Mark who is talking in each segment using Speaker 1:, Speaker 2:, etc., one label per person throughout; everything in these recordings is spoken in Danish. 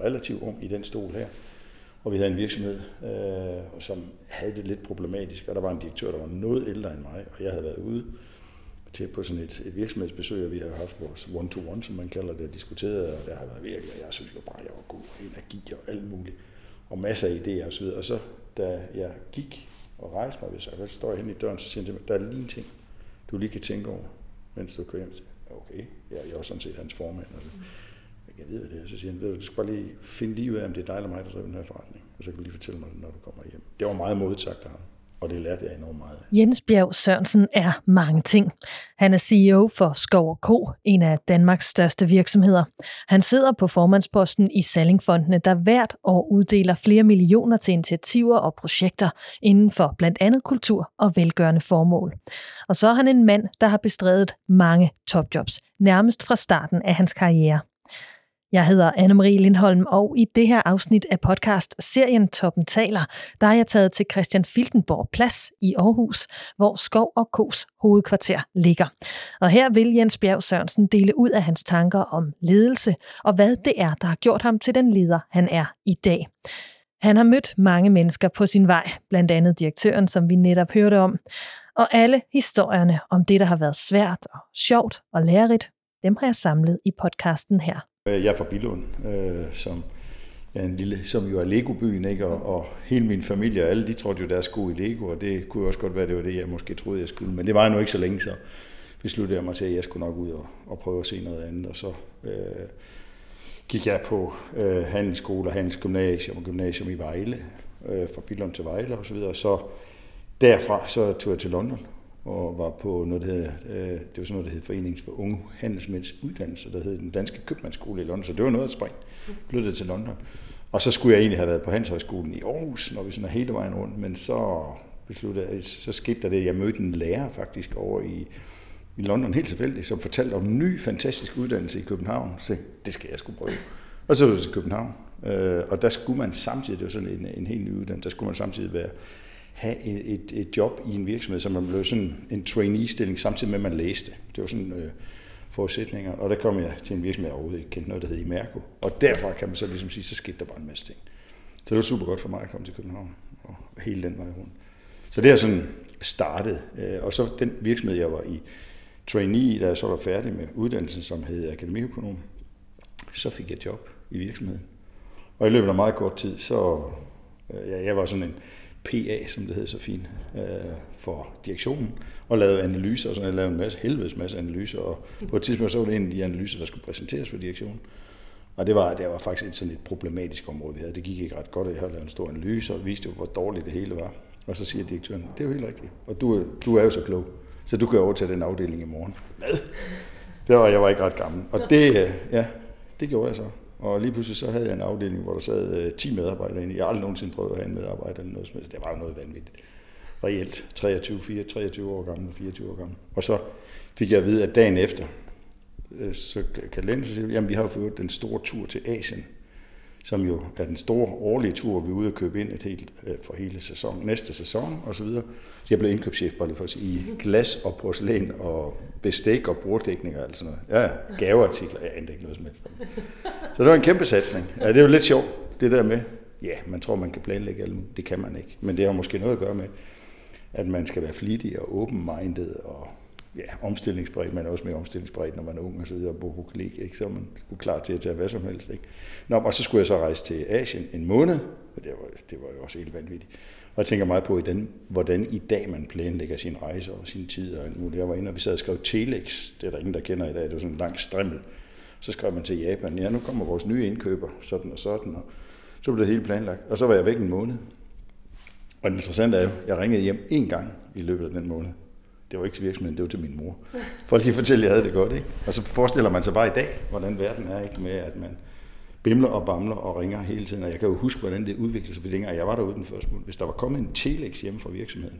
Speaker 1: relativt ung i den stol her. Og vi havde en virksomhed, som havde det lidt problematisk, og der var en direktør, der var noget ældre end mig, og jeg havde været ude på sådan et virksomhedsbesøg, og vi havde haft vores one-to-one, som man kalder det, diskuteret, og der har været virkelig, og jeg synes jo bare, at jeg var god, og energi og alt muligt, og masser af idéer og så videre. Og så, da jeg gik og rejste mig, så står jeg hen i døren, så siger han til mig, der er lige en ting, du lige kan tænke over, mens du kører hjem. Okay, jeg er jo sådan set hans formand, og jeg ved det, så siger han, du skal bare lige finde lige ud af, om det er dig eller mig, der driver den her forretning, og så kan du lige fortælle mig det, når du kommer hjem. Det var meget modsagt af ham. Og det lærte jeg enormt meget af.
Speaker 2: Jens Bjerg Sørensen er mange ting. Han er CEO for Skov & Co., en af Danmarks største virksomheder. Han sidder på formandsposten i Sallingfondene, der hvert år uddeler flere millioner til initiativer og projekter inden for blandt andet kultur og velgørende formål. Og så er han en mand, der har bestredet mange topjobs, nærmest fra starten af hans karriere. Jeg hedder Anne-Marie Lindholm, og i det her afsnit af podcast-serien Toppen taler, der er jeg taget til Christian Filtenborg Plads i Aarhus, hvor Skov & Co's hovedkvarter ligger. Og her vil Jens Bjerg Sørensen dele ud af hans tanker om ledelse, og hvad det er, der har gjort ham til den leder, han er i dag. Han har mødt mange mennesker på sin vej, blandt andet direktøren, som vi netop hørte om. Og alle historierne om det, der har været svært og sjovt og lærerigt, dem har jeg samlet i podcasten her.
Speaker 1: Jeg er fra Billund, som jo er Lego-byen, ikke? Og hele min familie og alle, de troede jo, der er sko i Lego, og det kunne også godt være, det var det, jeg måske troede, jeg skulle. Men det var jo ikke så længe, så besluttede jeg mig til, at jeg skulle nok ud og prøve at se noget andet. Og så gik jeg på handelsskole og handelsgymnasium og gymnasium i Vejle, fra Billund til Vejle og så videre. Så derfra så tog jeg til London og var på noget, det var sådan noget, der hed Foreningen for Unge Handelsmænds Uddannelse, der hed den danske købmandsskole i London, så det var noget at springe. Flyttede til London. Og så skulle jeg egentlig have været på Handelshøjskolen i Aarhus, når vi sådan er hele vejen rundt, men så besluttede jeg, så skete der det, jeg mødte en lærer faktisk over i London, helt tilfældigt, som fortalte om en ny, fantastisk uddannelse i København. Så det skal jeg sgu prøve. Og så var det til København, og der skulle man samtidig, det var sådan en helt ny uddannelse, der skulle man samtidig have et job i en virksomhed, som man blev sådan en trainee-stilling, samtidig med, at man læste. Det var sådan forudsætninger. Og der kom jeg til en virksomhed, jeg overhovedet ikke kendte noget, der hed Imerco. Og derfra kan man så ligesom sige, så skete der bare en masse ting. Så det var super godt for mig at komme til København, og hele den vej rundt. Så det er sådan startet. Og så den virksomhed, jeg var i trainee, da jeg så var færdig med uddannelsen, som hed akademiøkonom, så fik jeg job i virksomheden. Og i løbet af meget kort tid, så jeg var sådan en PA, som det hed så fint, for direktionen, og lavede analyser, og sådan jeg lavede en masse analyser, og på et tidspunkt så var det en af de analyser, der skulle præsenteres for direktionen. Og det var faktisk sådan et problematisk område, vi havde. Det gik ikke ret godt, at jeg havde lavet en stor analyse, og viste jo, hvor dårligt det hele var. Og så siger direktøren, det er jo helt rigtigt, og du er jo så klog, så du kan overtage den afdeling i morgen. Hvad? Jeg var ikke ret gammel, og det gjorde jeg så. Og lige pludselig så havde jeg en afdeling, hvor der sad 10 medarbejdere inde. Jeg har aldrig nogensinde prøvet at have en medarbejder eller noget som helst. Det var jo noget vanvittigt. Reelt 23 år gammel og 24 år gammel. Og så fik jeg at vide, at dagen efter, så kalenderen siger, jamen vi har jo fået den store tur til Asien, som jo er den store årlige tur, vi er ude og købe ind for hele sæsonen, næste sæson og så videre. Så jeg blev indkøbschef bare lige for at sige, i glas og porcelæn og bestik og borddækning og alt sådan noget. Ja, gaveartikler, jeg endte ikke noget som helst. Så det var en kæmpe satsning. Ja, det er jo lidt sjovt, det der med, ja, man tror, man kan planlægge alt muligt. Det kan man ikke. Men det har måske noget at gøre med, at man skal være flittig og open-minded og omstillingsbredt, man er også mere omstillingsbredt, når man er ung og så videre, og bor på klinik, ikke? Så er man klar til at tage hvad som helst, ikke? Nå, og så skulle jeg så rejse til Asien en måned, og det var jo også helt vanvittigt. Og jeg tænker meget på, hvordan i dag man planlægger sin rejse og sin tid og alt muligt. Jeg var inde, og vi sad og skrev Telex, det er der ingen, der kender i dag, det var sådan en lang strimmel. Så skrev man til Japan, ja, nu kommer vores nye indkøber, sådan, og så blev det hele planlagt. Og så var jeg væk en måned. Og det interessante er jo, jeg ringede hjem 1 gang i løbet af den måned. Det var ikke til virksomheden, det var til min mor. For lige at fortælle, at jeg havde det godt, ikke? Og så forestiller man sig bare i dag, hvordan verden er, ikke? Med at man bimler og bamler og ringer hele tiden. Og jeg kan jo huske, hvordan det udviklede sig, for dengang jeg var derude den første måned. Hvis der var kommet en telex hjemme fra virksomheden,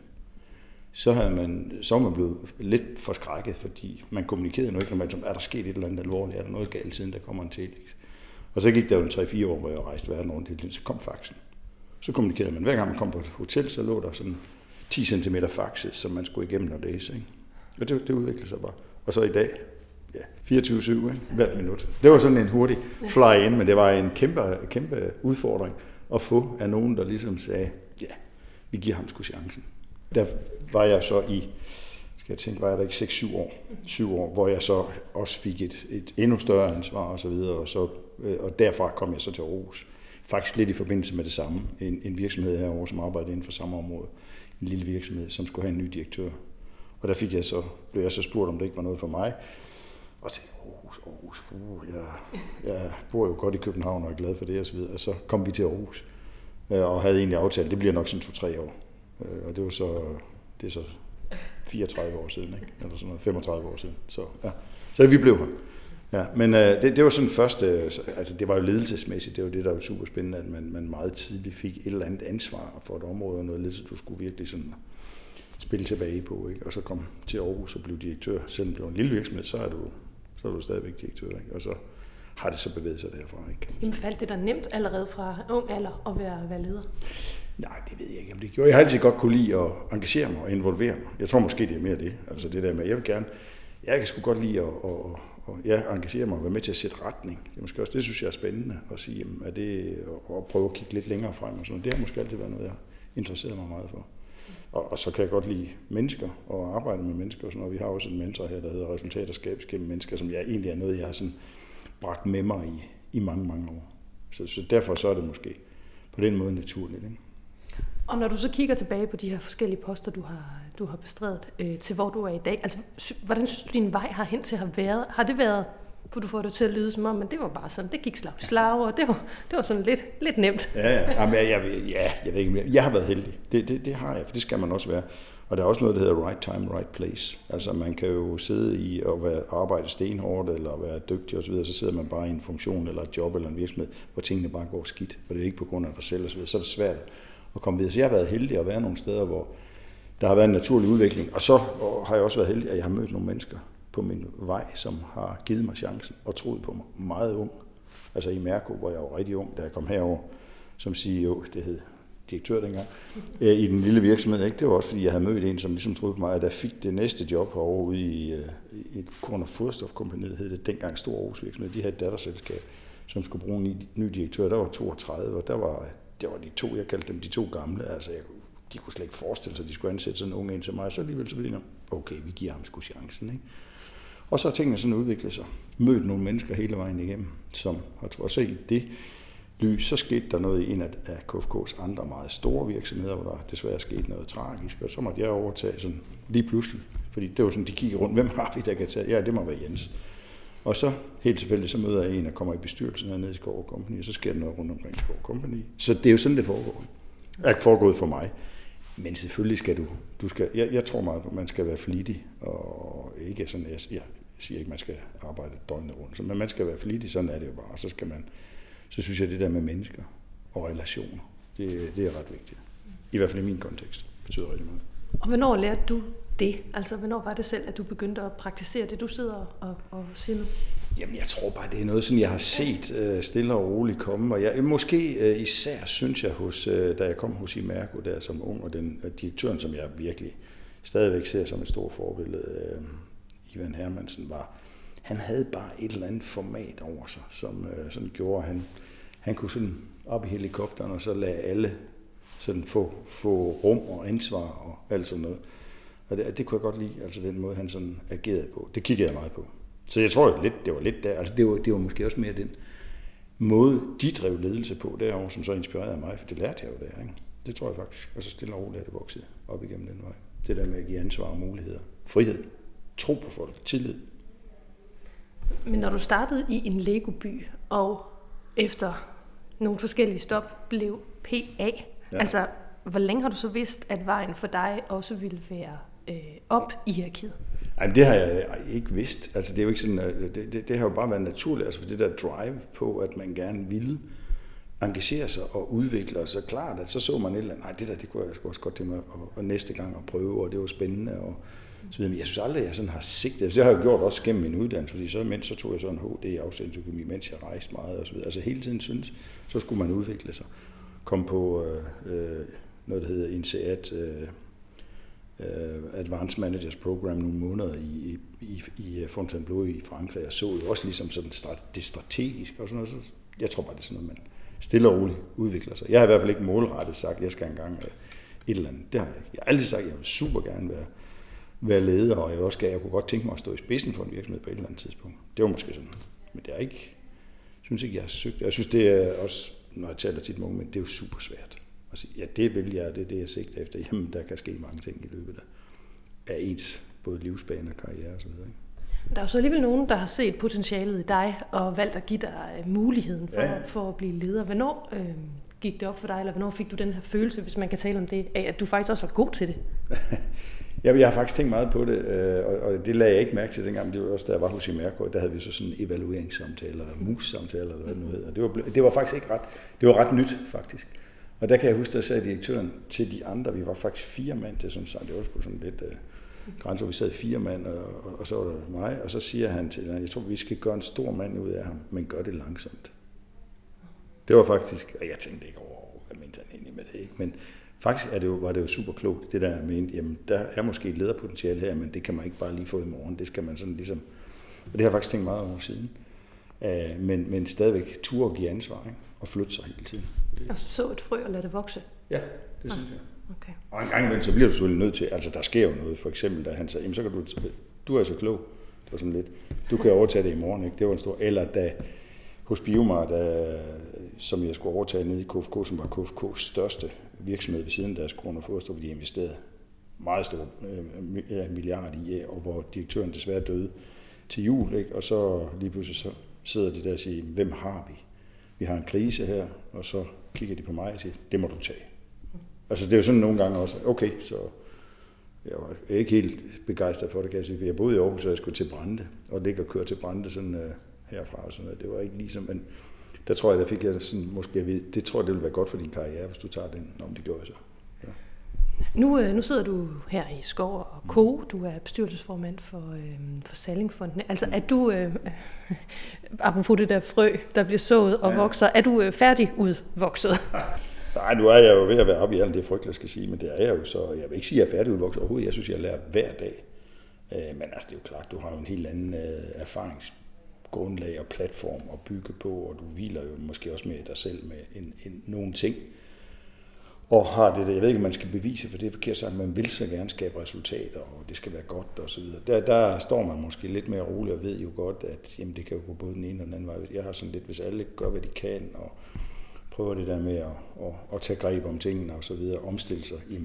Speaker 1: så var man blevet lidt forskrækket, fordi man kommunikerede noget, når man er der sket et eller andet alvorligt, er der noget galt, siden der kommer en telex. Og så gik der jo en 3-4 år, hvor jeg rejste verden rundt hele tiden, så kom faxen. Så kommunikerede man. Hver gang man kom på et hotel, så lå der sådan 10 cm faxes, som man skulle igennem og læse, ikke? Og det udviklede sig bare. Og så i dag, 24/7, hvert minut. Det var sådan en hurtig fly in, men det var en kæmpe udfordring at få af nogen, der ligesom sagde, vi giver ham sgu chancen. Der var jeg så var jeg der ikke 6-7 år, 7 år, hvor jeg så også fik et endnu større ansvar og så videre, og derfra kom jeg så til Aarhus. Faktisk lidt i forbindelse med det samme, en virksomhed herovre, som arbejdede inden for samme område, en lille virksomhed, som skulle have en ny direktør. Og der blev jeg så spurgt, om det ikke var noget for mig. Og så Aarhus, jeg bor jo godt i København og er glad for det og så videre. Og så kom vi til Aarhus og havde egentlig aftalt, det bliver nok sådan 2-3 år. Og det er så 34 år siden, ikke? Eller sådan noget, 35 år siden. Så vi blev her. Ja, men det var sådan første, altså det var jo ledelsesmæssigt, det var det, der var super spændende, at man meget tidligt fik et eller andet ansvar for et område, og noget ledelse, du skulle virkelig sådan spille tilbage på, ikke? Og så kom til Aarhus og blev direktør. Selvom det blev en lille virksomhed, så er du stadigvæk direktør, ikke? Og så har det så bevæget sig derfra, ikke?
Speaker 3: Jamen faldt det da nemt allerede fra ung alder at være leder? Nej,
Speaker 1: det ved jeg ikke, om det gjorde. Jeg har altid godt kunne lide at engagere mig og involvere mig. Jeg tror måske, det er mere det. Altså det der med, jeg kan sgu godt lide at engagere mig og være med til at sætte retning. Det er måske også, det synes jeg er spændende at sige, jamen, at det at prøve at kigge lidt længere frem og sådan. Det har måske altid været noget, jeg interesserer mig meget for. Og så kan jeg godt lide mennesker og arbejde med mennesker og sådan noget. Vi har også en mentor her, der hedder Resultater skabes gennem mennesker, som jeg egentlig er noget, jeg har sådan bragt med mig i mange, mange år. Så derfor så er det måske på den måde naturligt, ikke?
Speaker 3: Og når du så kigger tilbage på de her forskellige poster, du har bestredet til hvor du er i dag, altså hvordan synes du, din vej har hen til har været? Har det været, for du får det til at lyde som om, men det var bare sådan, det gik slag, og det var sådan lidt nemt.
Speaker 1: Ja. Jamen, jeg ved ikke, jeg har været heldig. Det har jeg, for det skal man også være. Og der er også noget, der hedder right time, right place. Altså man kan jo sidde i og arbejde stenhårdt, eller være dygtig osv., så sidder man bare i en funktion, eller et job, eller en virksomhed, hvor tingene bare går skidt, og det er ikke på grund af dig selv osv., så er det svært at komme videre. Så jeg har været heldig at være nogle steder, hvor der har været en naturlig udvikling. Og så har jeg også været heldig, at jeg har mødt nogle mennesker på min vej, som har givet mig chancen og troet på mig meget ung. Altså i Mærko, hvor jeg var rigtig ung, da jeg kom herover som CEO, det hed direktør dengang, i den lille virksomhed. Ikke? Det var også, fordi jeg havde mødt en, som ligesom troede på mig, at jeg fik det næste job herovre ude i et Korn- og Foderstofkompagniet, hed det dengang Stor Aarhus virksomhed. De havde et datterselskab, som skulle bruge en ny direktør. Der var 32, og det var de to, jeg kaldte dem de to gamle. Altså, de kunne slet ikke forestille sig, at de skulle ansætte sådan en ung en til mig. Så alligevel så blev de, okay, vi giver ham sgu chancen. Ikke? Og så har tingene sådan udviklet sig. Mødt nogle mennesker hele vejen igennem, som har troet set det lys. Så skete der noget i en af KFK's andre meget store virksomheder, hvor der desværre skete noget tragisk. Og så måtte jeg overtage sådan lige pludselig. Fordi det var sådan, de kiggede rundt, hvem har vi, der kan tage? Ja, det må være Jens. Og så helt tilfældigt, så møder jeg en, der kommer i bestyrelsen hernede i Skov & Company, og så sker der noget rundt omkring Skov & Company. Så det er jo sådan, det foregår. Det er ikke foregået for mig. Men selvfølgelig skal jeg tror meget på, at man skal være flittig, og ikke sådan, jeg siger ikke, at man skal arbejde døgnet rundt, men man skal være flittig, sådan er det jo bare. Så synes jeg, det der med mennesker og relationer, det er ret vigtigt. I hvert fald i min kontekst betyder rigtig meget.
Speaker 3: Og hvornår lærte du det? Altså, hvornår var det selv, at du begyndte at praktisere det, du sidder og siger nu?
Speaker 1: Jamen, jeg tror bare, det er noget, sådan jeg har set stille og roligt komme. Og jeg måske især synes jeg, da jeg kom hos Imerco der som ung, og den direktøren, som jeg virkelig stadigvæk ser som et stort forbillede, Ivan Hermansen, han havde bare et eller andet format over sig, som sådan gjorde, at han kunne sådan op i helikopteren, og så lade alle sådan få rum og ansvar og alt sådan noget. Og det kunne jeg godt lide, altså den måde, han sådan agerede på. Det kiggede jeg meget på. Så jeg tror det var lidt der. Altså det var måske også mere den måde, de drev ledelse på derovre, som så inspirerede mig, for det lærte jeg jo der. Ikke? Det tror jeg faktisk. Og så stille og roligt er det vokset op igennem den vej. Det der med at give ansvar og muligheder. Frihed. Tro på folk. Tillid.
Speaker 3: Men når du startede i en Lego-by, og efter nogle forskellige stop blev PA, altså hvor længe har du så vidst, at vejen for dig også ville være op i hierarkiet?
Speaker 1: Jamen, det har jeg ikke vidst. Altså, det er jo ikke sådan, det har jo bare været naturligt. Altså, for det der drive på, at man gerne ville engagere sig og udvikle, og så klart, at så man et eller andet, det kunne jeg også godt tænke mig at næste gang at prøve, og det var spændende. Og så videre. Men jeg synes aldrig, at jeg sådan har sigtet. Altså, det har jeg gjort også gennem min uddannelse, fordi så tog jeg sådan en HD i afsættelsesøkonomi, mens jeg rejste meget og så videre. Altså, hele tiden synes, så skulle man udvikle sig. Kom på noget, der hedder INSEAD, Advanced Managers Program nogle måneder i Fontainebleau i Frankrig, og så jo også ligesom sådan det strategiske og sådan noget. Så jeg tror bare, det er sådan noget, man stille og roligt udvikler sig. Jeg har i hvert fald ikke målrettet sagt, at jeg skal engang et eller andet. Det har jeg ikke. Jeg har altid sagt, at jeg vil super gerne være leder, og jeg kunne godt tænke mig at stå i spidsen for en virksomhed på et eller andet tidspunkt. Det var måske sådan. Men det er ikke, synes ikke, jeg har søgt. Jeg synes, det er også, når jeg taler tit med unge, men det er jo super svært. At sige, ja, det vil jeg, det er det, jeg sigter efter. Jamen, der kan ske mange ting i løbet af ens både livsbane og karriere og så videre.
Speaker 3: Der er jo så alligevel nogen, der har set potentialet i dig og valgt at give dig muligheden for at blive leder. Hvornår gik det op for dig, eller hvornår fik du den her følelse, hvis man kan tale om det, af at du faktisk også var god til det?
Speaker 1: Jeg har faktisk tænkt meget på det, og det lagde jeg ikke mærke til dengang. Det var også, da jeg var hos Imerco, der havde vi så sådan evalueringssamtaler, mus-samtaler, eller hvad det nu hedder. Det var faktisk ikke det var ret nyt, faktisk. Og der kan jeg huske, der sagde direktøren til de andre, vi var faktisk 4 mand, det som sagt, det var sådan lidt grænser, vi sad 4 mand, og så var der mig, og så siger han til mig, jeg tror, vi skal gøre en stor mand ud af ham, men gør det langsomt. Det var faktisk, og jeg tænkte ikke over, hvad mente han egentlig med det, ikke? Men faktisk var det jo super klogt, det der jeg mente, jamen der er måske et lederpotentiale her, men det kan man ikke bare lige få i morgen, det skal man sådan ligesom, og det har jeg faktisk tænkt meget over siden. Men stadigvæk turde at give ansvar, ikke? Og flytte sig hele tiden.
Speaker 3: Og så et frø og lade det vokse?
Speaker 1: Ja, det synes jeg.
Speaker 3: Okay. Og
Speaker 1: en gang imellem, så bliver du selvfølgelig nødt til, altså der sker jo noget, for eksempel, da han sagde, jamen så kan du er så klog, det var sådan lidt, du kan overtage det i morgen, ikke? Det var en stor, eller da hos Biomar, som jeg skulle overtage nede i KFK, som var KFK's største virksomhed ved siden af deres Corona Foderstore, hvor de investerede meget stor milliard i, og hvor direktøren desværre døde til jul, ikke? Og så lige pludselig så sidder de der og siger, hvem har vi? Vi har en krise her, og så kigger de på mig og siger, det må du tage. Altså det er jo sådan nogle gange også, okay, så jeg var ikke helt begejstret for det, kan jeg sige, for jeg boede i Aarhus, og jeg skulle til Brande, og ligge og køre til Brande sådan herfra og sådan noget. Det var ikke ligesom, men der tror jeg, der fik jeg sådan måske at vide, det tror jeg, det vil være godt for din karriere, hvis du tager den, om det gjorde jeg så. Ja.
Speaker 3: Nu sidder du her i Skov og Co. Du er bestyrelsesformand for Sallingfondene. Altså er du, apropos det der frø, der bliver sået og vokser, er du færdig udvokset?
Speaker 1: Nej, nu er jeg jo ved at være oppe i alt det frygteligt, jeg skal sige, men det er jeg jo så, jeg vil ikke sige, at jeg er færdig udvokset overhovedet. Jeg synes, jeg lærer hver dag. Men altså, det er jo klart, du har jo en helt anden erfaringsgrundlag og platform at bygge på, og du hviler jo måske også med dig selv med nogle ting. Og har det der, jeg ved ikke, om man skal bevise, for det er forkert sagt, man vil så gerne skabe resultater, og det skal være godt og så videre. Der står man måske lidt mere roligt og ved jo godt, at jamen, det kan jo gå både den ene og den anden vej. Jeg har sådan lidt, hvis alle gør, hvad de kan, og prøver det der med at tage greb om tingene og så videre, omstille sig, jamen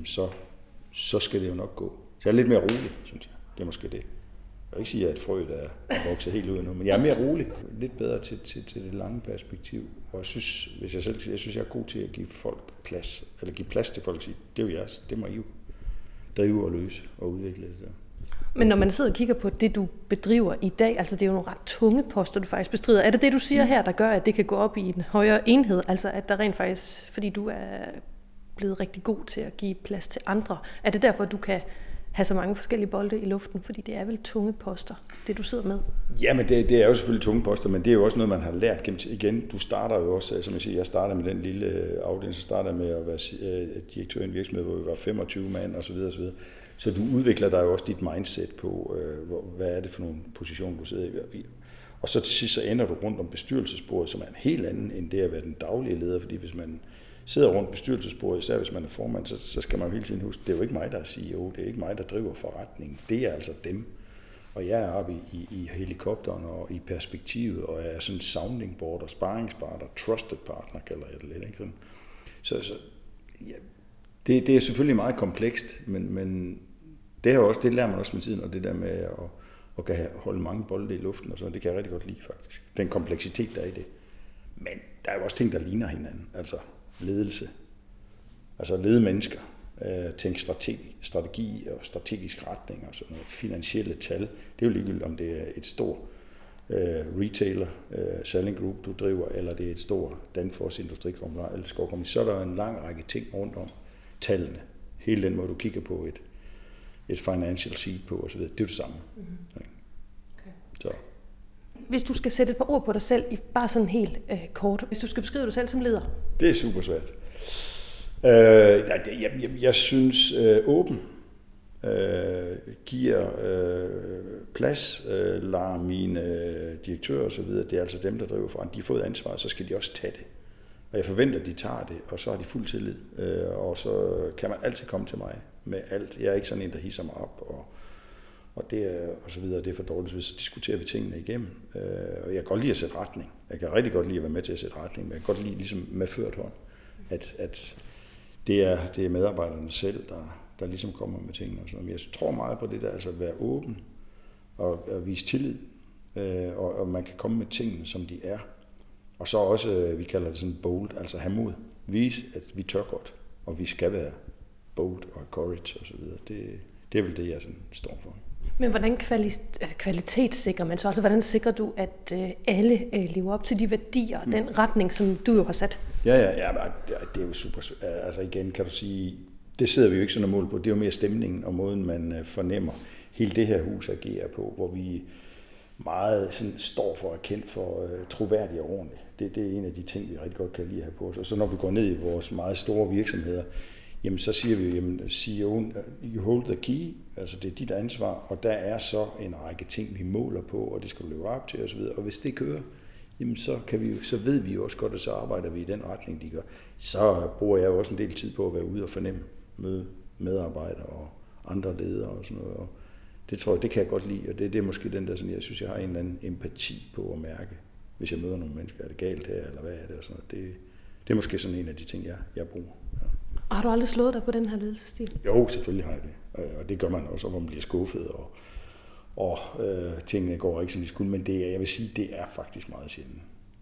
Speaker 1: så skal det jo nok gå. Så jeg er lidt mere rolig, synes jeg. Det er måske det. Jeg vil ikke sige, at et frø, der er vokset helt ud af nu, men jeg er mere rolig. Lidt bedre til det lange perspektiv. Og jeg synes, jeg er god til at give folk plads, eller give plads til folk og sige, det er jo jeres, det må I jo drive og løse og udvikle det der.
Speaker 3: Men når man sidder og kigger på det, du bedriver i dag, altså det er jo nogle ret tunge poster, du faktisk bestrider. Er det det, du siger her, der gør, at det kan gå op i en højere enhed? Altså at der rent faktisk, fordi du er blevet rigtig god til at give plads til andre, er det derfor, du kan have så mange forskellige bolde i luften? Fordi det er vel tunge poster, det du sidder med?
Speaker 1: Ja, men det er jo selvfølgelig tunge poster, men det er jo også noget, man har lært gennem igen. Du starter jo også, som jeg siger, jeg starter med den lille afdeling, så starter med at være direktør i en virksomhed, hvor vi var 25 mand osv. osv. Så du udvikler dig jo også dit mindset på, hvad er det for nogle positioner, du sidder i. Og så til sidst så ender du rundt om bestyrelsesbordet, som er en helt anden end det at være den daglige leder, fordi hvis man sidder rundt bestyrelsesbordet, især hvis man er formand, så skal man jo hele tiden huske, det er jo ikke mig, der er CEO, det er ikke mig, der driver forretningen, det er altså dem. Og jeg er oppe i helikopteren og i perspektivet, og jeg er sådan en sounding board og sparringspartner, trusted partner kalder jeg det lidt. Ikke? Så ja, det er selvfølgelig meget komplekst, men det lærer man også med tiden, og det der med at kan holde mange bolde i luften, og så, det kan jeg rigtig godt lide faktisk. Den kompleksitet, der er i det. Men der er jo også ting, der ligner hinanden, altså ledelse, altså lede mennesker, tænke strategi og strategisk retning og sådan noget, finansielle tal. Det er jo ligegyldigt, om det er et stort retailer, selling group, du driver, eller det er et stort Danfoss industrikonglomerat eller skovkompagni. Så er der en lang række ting rundt om tallene. Hele den måde, du kigger på et financial sheet på osv., det er jo det samme. Mm-hmm. Okay. Så.
Speaker 3: Hvis du skal sætte et par ord på dig selv, bare sådan helt kort, hvis du skal beskrive dig selv som leder?
Speaker 1: Det er super svært. Jeg synes åben, giver plads, lader mine direktører og så videre, det er altså dem, der driver foran, de har fået ansvar, så skal de også tage det. Og jeg forventer, at de tager det, og så har de fuld tillid, og så kan man altid komme til mig med alt. Jeg er ikke sådan en, der hisser mig op, og det er, og så videre, det er for dårligt, så diskuterer vi tingene igennem. Og jeg kan godt lide at sætte retning. Jeg kan rigtig godt lide at være med til at sætte retning, men jeg kan godt lide ligesom med ført hånd, at det er medarbejderne selv, der ligesom kommer med tingene. Og sådan. Men jeg tror meget på det der, altså at være åben og vise tillid, og man kan komme med tingene, som de er. Og så også, vi kalder det sådan bold, altså have mod. Vise, at vi tør godt, og vi skal være bold og courage og så videre. Det er vel det, jeg sådan står for.
Speaker 3: Men hvordan kvalitetssikrer man så? Altså, hvordan sikrer du, at alle lever op til de værdier og den retning, som du jo har sat?
Speaker 1: Ja, det er jo super. Altså igen, kan du sige, det sidder vi jo ikke sådan og mål på. Det er jo mere stemningen og måden, man fornemmer hele det her hus agerer på, hvor vi meget sådan står for at kende for troværdigt og ordentligt. Det er en af de ting, vi rigtig godt kan lide at have på os. Og så når vi går ned i vores meget store virksomheder, jamen så siger vi, jamen CEO'en, you hold the key, altså det er dit ansvar, og der er så en række ting, vi måler på, og det skal du leve op til osv. Og hvis det kører, jamen så ved vi jo også godt, at så arbejder vi i den retning, de gør. Så bruger jeg jo også en del tid på at være ude og fornemme, møde medarbejdere og andre ledere og sådan noget. Og det tror jeg, det kan jeg godt lide, og det er måske den der, sådan, jeg synes, jeg har en eller anden empati på at mærke, hvis jeg møder nogle mennesker, er det galt her, eller hvad er det, og sådan noget. Det er måske sådan en af de ting, jeg bruger. Ja.
Speaker 3: Og har du aldrig slået dig på den her ledelsesstil?
Speaker 1: Jo, selvfølgelig har jeg det, og det gør man også, hvor man bliver skuffet, og tingene går ikke, som de skulle, men jeg vil sige, det er faktisk meget sjældent.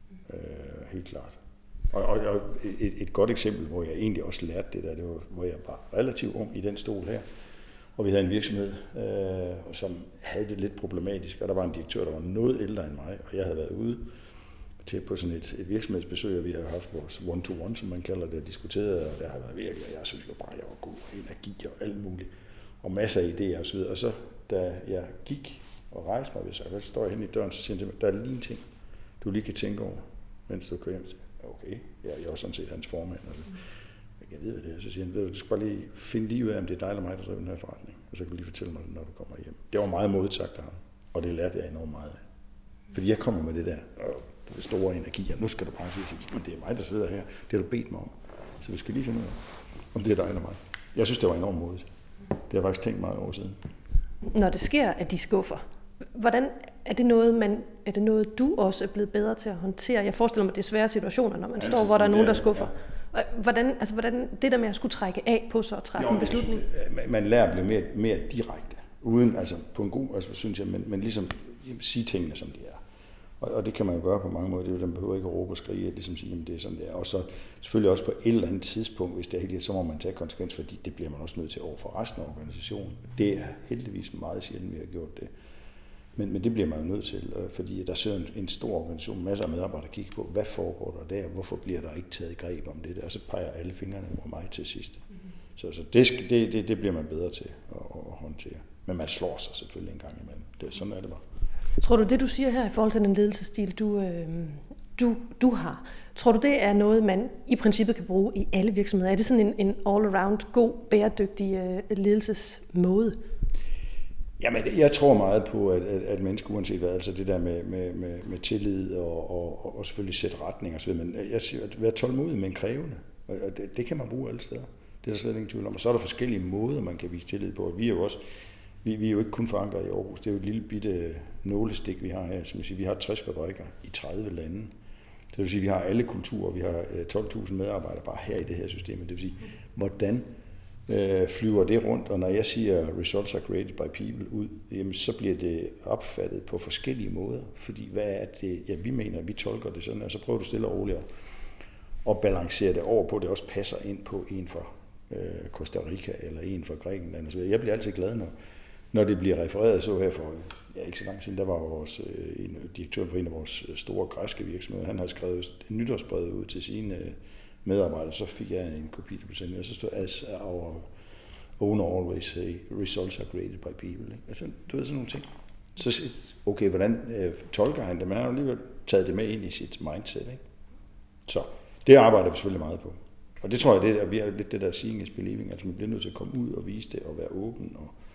Speaker 1: Helt klart. Og et godt eksempel, hvor jeg egentlig også lærte det der, det var, hvor jeg var relativt ung i den stol her, og vi havde en virksomhed, som havde det lidt problematisk, og der var en direktør, der var noget ældre end mig, og jeg havde været ude på sådan et virksomhedsbesøg, og vi havde haft vores one-to-one, som man kalder det, diskuteret, og der har været virkelig, og jeg synes jo bare, at jeg var god, energi og alt muligt, og masser af idéer og så videre. Og så, da jeg gik og rejste mig, så står jeg hen i døren, så siger han til mig, der er lige en ting, du lige kan tænke over, mens du kører hjem. Så okay, jeg er jo sådan set hans formand, og jeg kan vide, hvad det er. Så siger han, du skal bare lige finde lige ud af, om det er dig eller mig, der driver den her forretning, og så kan du lige fortælle mig det, når du kommer hjem. Det var meget modsagt af ham, og det lærte jeg enormt meget af. Fordi jeg kommer med det der store energi, og nu skal du bare sige, men det er mig, der sidder her, det har du bedt mig om. Så du skal lige finde ud af, om det er dig eller mig. Jeg synes, det var enormt modigt. Det har jeg faktisk tænkt meget over siden.
Speaker 3: Når det sker, at de skuffer, hvordan er det noget, du også er blevet bedre til at håndtere? Jeg forestiller mig, at det er svære situationer, når man står, hvor der er nogen, der skuffer. Ja. Hvordan det der med at skulle trække af på sig og træffe en beslutning?
Speaker 1: Man lærer at blive mere direkte, uden, altså på en god, altså synes jeg, men ligesom sige tingene, som de er. Og det kan man jo gøre på mange måder. Den behøver ikke at råbe og skrige, at ligesom sige, at det er sådan der. Og så selvfølgelig også på et eller andet tidspunkt, hvis det er heldigt, så må man tage konsekvens, fordi det bliver man også nødt til over for resten af organisationen. Det er heldigvis meget sjældent, vi har gjort det. Men det bliver man jo nødt til, fordi der sidder en stor organisation, masser af medarbejdere, kigger på, hvad foregår der der, hvorfor bliver der ikke taget greb om det der, og så peger alle fingrene mod mig til sidst. Så det bliver man bedre til at håndtere. Men man slår sig selvfølgelig en gang imellem. Sådan er det bare.
Speaker 3: Tror du, det du siger her i forhold til den ledelsesstil, du har, tror du, det er noget, man i princippet kan bruge i alle virksomheder? Er det sådan en all-around god, bæredygtig ledelsesmåde?
Speaker 1: Jamen, jeg tror meget på, at mennesker uanset hvad, altså det der med tillid og selvfølgelig sætte retning og så videre, men jeg siger, at være tålmodig, men krævende, og det kan man bruge alle steder. Det er der slet ingen tvivl om. Og så er der forskellige måder, man kan vise tillid på. Vi er jo ikke kun forankret i Aarhus. Det er jo et lille bitte nålestik, vi har her. Som siger, vi har 60 fabrikker i 30 lande. Det vil sige, at vi har alle kulturer. Vi har 12.000 medarbejdere bare her i det her system. Det vil sige, hvordan flyver det rundt? Og når jeg siger, results are created by people ud, jamen, så bliver det opfattet på forskellige måder. Fordi hvad er det? Ja, vi mener, vi tolker det sådan, og så prøver du stille og roligt at balancere det over på, at det også passer ind på en fra Costa Rica eller en fra Grækenland. Så jeg bliver altid glad, når det bliver refereret. Så her for ikke så lang tid, der var vores direktør på en af vores store græske virksomheder. Han havde skrevet en nytårsbrev ud til sine medarbejdere, så fik jeg en kopi til besendelse, og så stod as our owner always say, results are created by people. Ikke? Altså, du ved sådan nogle ting. Så okay, hvordan tolker han det? Men han har jo alligevel taget det med ind i sit mindset. Ikke? Så det arbejder vi selvfølgelig meget på. Og det tror jeg, vi er lidt det der seeing is believing, altså man bliver nødt til at komme ud og vise det og være åben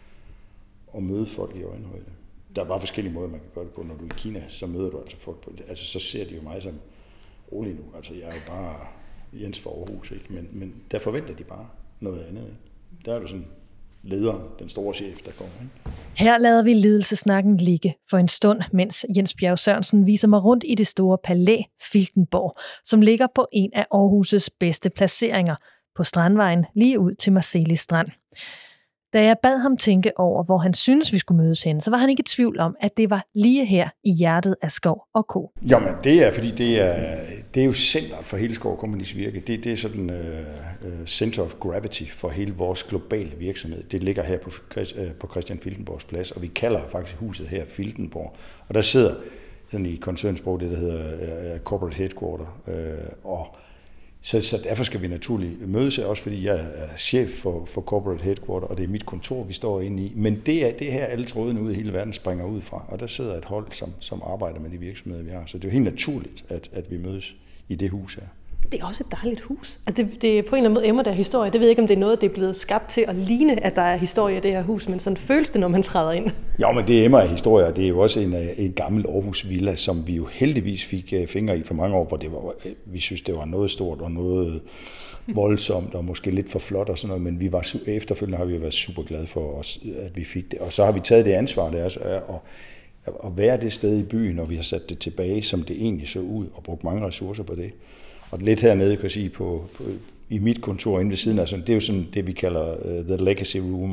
Speaker 1: at møde folk i øjenhøjde. Der er bare forskellige måder, man kan gøre det på. Når du er i Kina, så møder du altså folk på det. Altså, så ser de jo mig som rolig nu. Altså, jeg er jo bare Jens fra Aarhus, ikke? Men der forventer de bare noget andet. Der er du sådan lederen, den store chef, der kommer. Ikke?
Speaker 2: Her lader vi ledelsesnakken ligge for en stund, mens Jens Bjerg Sørensen viser mig rundt i det store palæ Filtenborg, som ligger på en af Aarhus' bedste placeringer, på Strandvejen lige ud til Marselis Strand. Da jeg bad ham tænke over, hvor han synes, vi skulle mødes hen, så var han ikke i tvivl om, at det var lige her i hjertet af Skov & Co.
Speaker 1: Jamen, det er, fordi det er jo centret for hele Skov & Companies virke. Det er sådan center of gravity for hele vores globale virksomhed. Det ligger her på Christian Filtenborgs plads, og vi kalder faktisk huset her Filtenborg. Og der sidder sådan i koncernsprog det, der hedder corporate headquarter, og så derfor skal vi naturligt mødes, også fordi jeg er chef for Corporate Headquarter, og det er mit kontor, vi står inde i. Men det er her, alle trådene ude i hele verden springer ud fra, og der sidder et hold, som arbejder med de virksomheder, vi har. Så det er jo helt naturligt, at vi mødes i det hus her.
Speaker 3: Det er også et dejligt hus. Altså det er på en eller anden måde emmer der historie. Det ved jeg ikke, om det er noget, det er blevet skabt til at ligne, at der er historie i det her hus, men sådan føles det, når man træder ind.
Speaker 1: Ja, men det emmer af historie, og det er jo også en gammel Aarhus Villa, som vi jo heldigvis fik fingre i for mange år, hvor vi synes, det var noget stort og noget voldsomt og måske lidt for flot og sådan noget, men vi var efterfølgende har vi været super glade for os, at vi fik det. Og så har vi taget det ansvar, det er at være det sted i byen, og vi har sat det tilbage, som det egentlig så ud, og brugt mange ressourcer på det. Og lidt hernede, kan jeg sige, i mit kontor inde ved siden af, det er jo sådan det, vi kalder the legacy room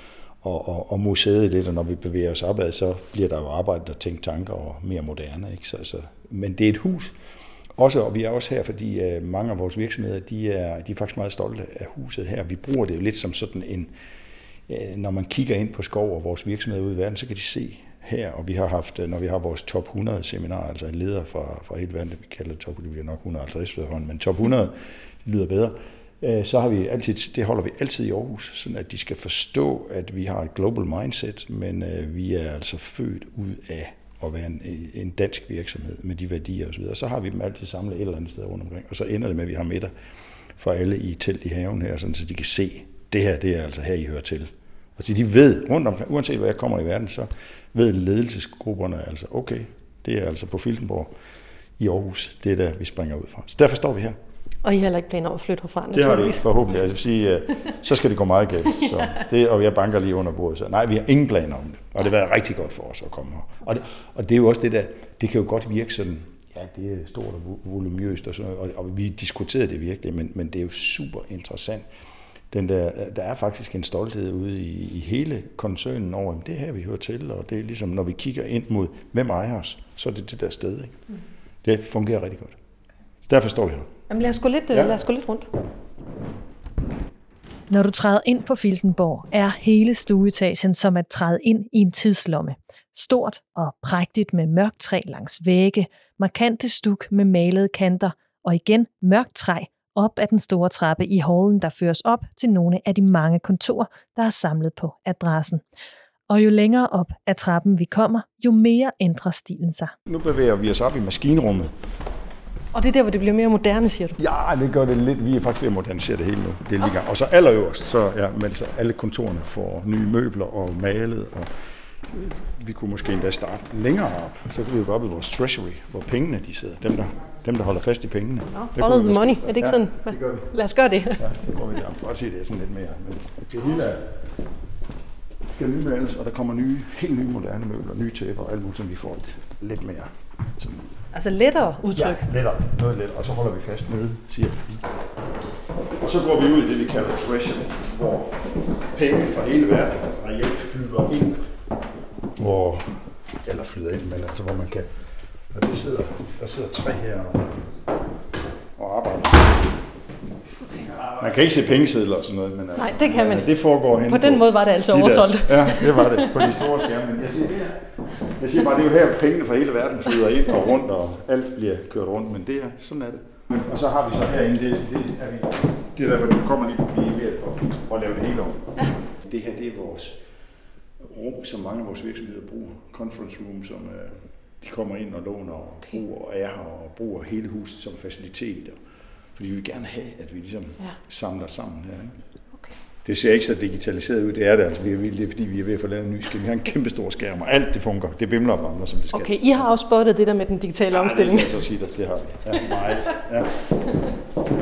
Speaker 1: og museet lidt, og når vi bevæger os opad, så bliver der jo arbejdet og tænkt tanker og mere moderne. Ikke? Men det er et hus, også, og vi er også her, fordi mange af vores virksomheder, de er faktisk meget stolte af huset her. Vi bruger det jo lidt som sådan en, når man kigger ind på Skov og vores virksomheder ude i verden, så kan de se her, og vi har haft, når vi har vores top 100 seminar, altså en leder fra hele verden, vi kalder det top, det bliver nok 150 for men top 100, det lyder bedre, så har vi altid, det holder vi altid i Aarhus, sådan at de skal forstå, at vi har et global mindset, men vi er altså født ud af at være en dansk virksomhed med de værdier osv. Så har vi dem altid samlet et eller andet sted rundt omkring, og så ender det med, at vi har middag for alle i telt i haven her, sådan, så de kan se, det her, det er altså her, I hører til. Altså de ved rundt omkring, uanset hvor jeg kommer i verden, så ved ledelsesgrupperne altså, okay, det er altså på Filtenborg i Aarhus, det er der, vi springer ud fra. Så derfor står vi her.
Speaker 3: Og I har heller ikke planer om at flytte herfra?
Speaker 1: Det har vi forhåbentlig. Altså, sige, så skal det gå meget galt. Så og jeg banker lige under bordet. Så nej, vi har ingen planer om det. Og det har været rigtig godt for os at komme her. Og det er jo også det der, det kan jo godt virke sådan, ja, det er stort og volumøst og sådan noget, og vi diskuterede det virkelig, men det er jo super interessant. Der er faktisk en stolthed ude i hele koncernen over, at det her vi hører til, og det er ligesom, når vi kigger ind mod, hvem ejer os, så er det der sted. Ikke? Det fungerer rigtig godt. Så derfor står vi her.
Speaker 3: Jamen lad os gå lidt rundt.
Speaker 2: Når du træder ind på Filtenborg, er hele stueetagen som at træde ind i en tidslomme. Stort og prægtigt med mørkt træ langs vægge, markante stuk med malede kanter, og igen mørkt træ op ad den store trappe i hallen, der føres op til nogle af de mange kontorer, der er samlet på adressen. Og jo længere op ad trappen vi kommer, jo mere ændrer stilen sig.
Speaker 1: Nu bevæger vi os op i maskinrummet.
Speaker 3: Og det er der, hvor det bliver mere moderne, siger du?
Speaker 1: Ja, det gør det lidt. Vi er faktisk ved at modernisere det hele nu. Det er lige gang. Og så allerøverst, så alle kontorerne får nye møbler og malet, og vi kunne måske endda starte længere op. Så kunne vi gå op i vores treasury, hvor pengene de sidder. Dem, der holder fast i pengene.
Speaker 3: Follow the money. Er det ikke sådan?
Speaker 1: Det gør vi.
Speaker 3: Lad os gøre det.
Speaker 1: Ja, så går vi der. Godt se, det er sådan lidt mere. Men det hele skal nymales, og der kommer helt nye moderne møbler, nye tæpper og alt muligt, så vi får lidt mere. Sådan.
Speaker 3: Altså lettere udtryk?
Speaker 1: Ja, lettere. Noget lettere. Og så holder vi fast nede, siger vi. Og så går vi ud i det, vi kalder treasury, hvor penge fra hele verden reelt flyder ind. Eller flyder ind, men altså hvor man kan. Og der sidder 3 her og arbejder. Man kan ikke se pengesedler og sådan noget, men
Speaker 3: nej, det kan man.
Speaker 1: Det foregår hen
Speaker 3: på den måde var det altså oversolgt.
Speaker 1: Ja, det var det på de store skærme. Men jeg siger bare, det er jo her, pengene fra hele verden flyder ind og rundt, og alt bliver kørt rundt, men det er sådan er det. Og så har vi så herinde, det er derfor, du kommer lige ved at lave det hele om. Ja. Det her, det er vores rum, som mange af vores virksomheder bruger. Conference room, som de kommer ind og låner og bruger og er her og bruger hele huset som facilitet. Fordi vi vil gerne have, at vi ligesom samler sammen her. Ikke? Okay. Det ser ikke så digitaliseret ud, det er det. Altså, det er fordi, vi er ved at få lavet en ny skærm. Vi har en kæmpe stor skærm, og alt det fungerer. Det bimler og bamler, som det skal.
Speaker 3: Okay, I har også spottet det der med den digitale omstilling.
Speaker 1: Ja, det kan jeg så sige dig. Det har vi. Ja, meget. Ja. Ja.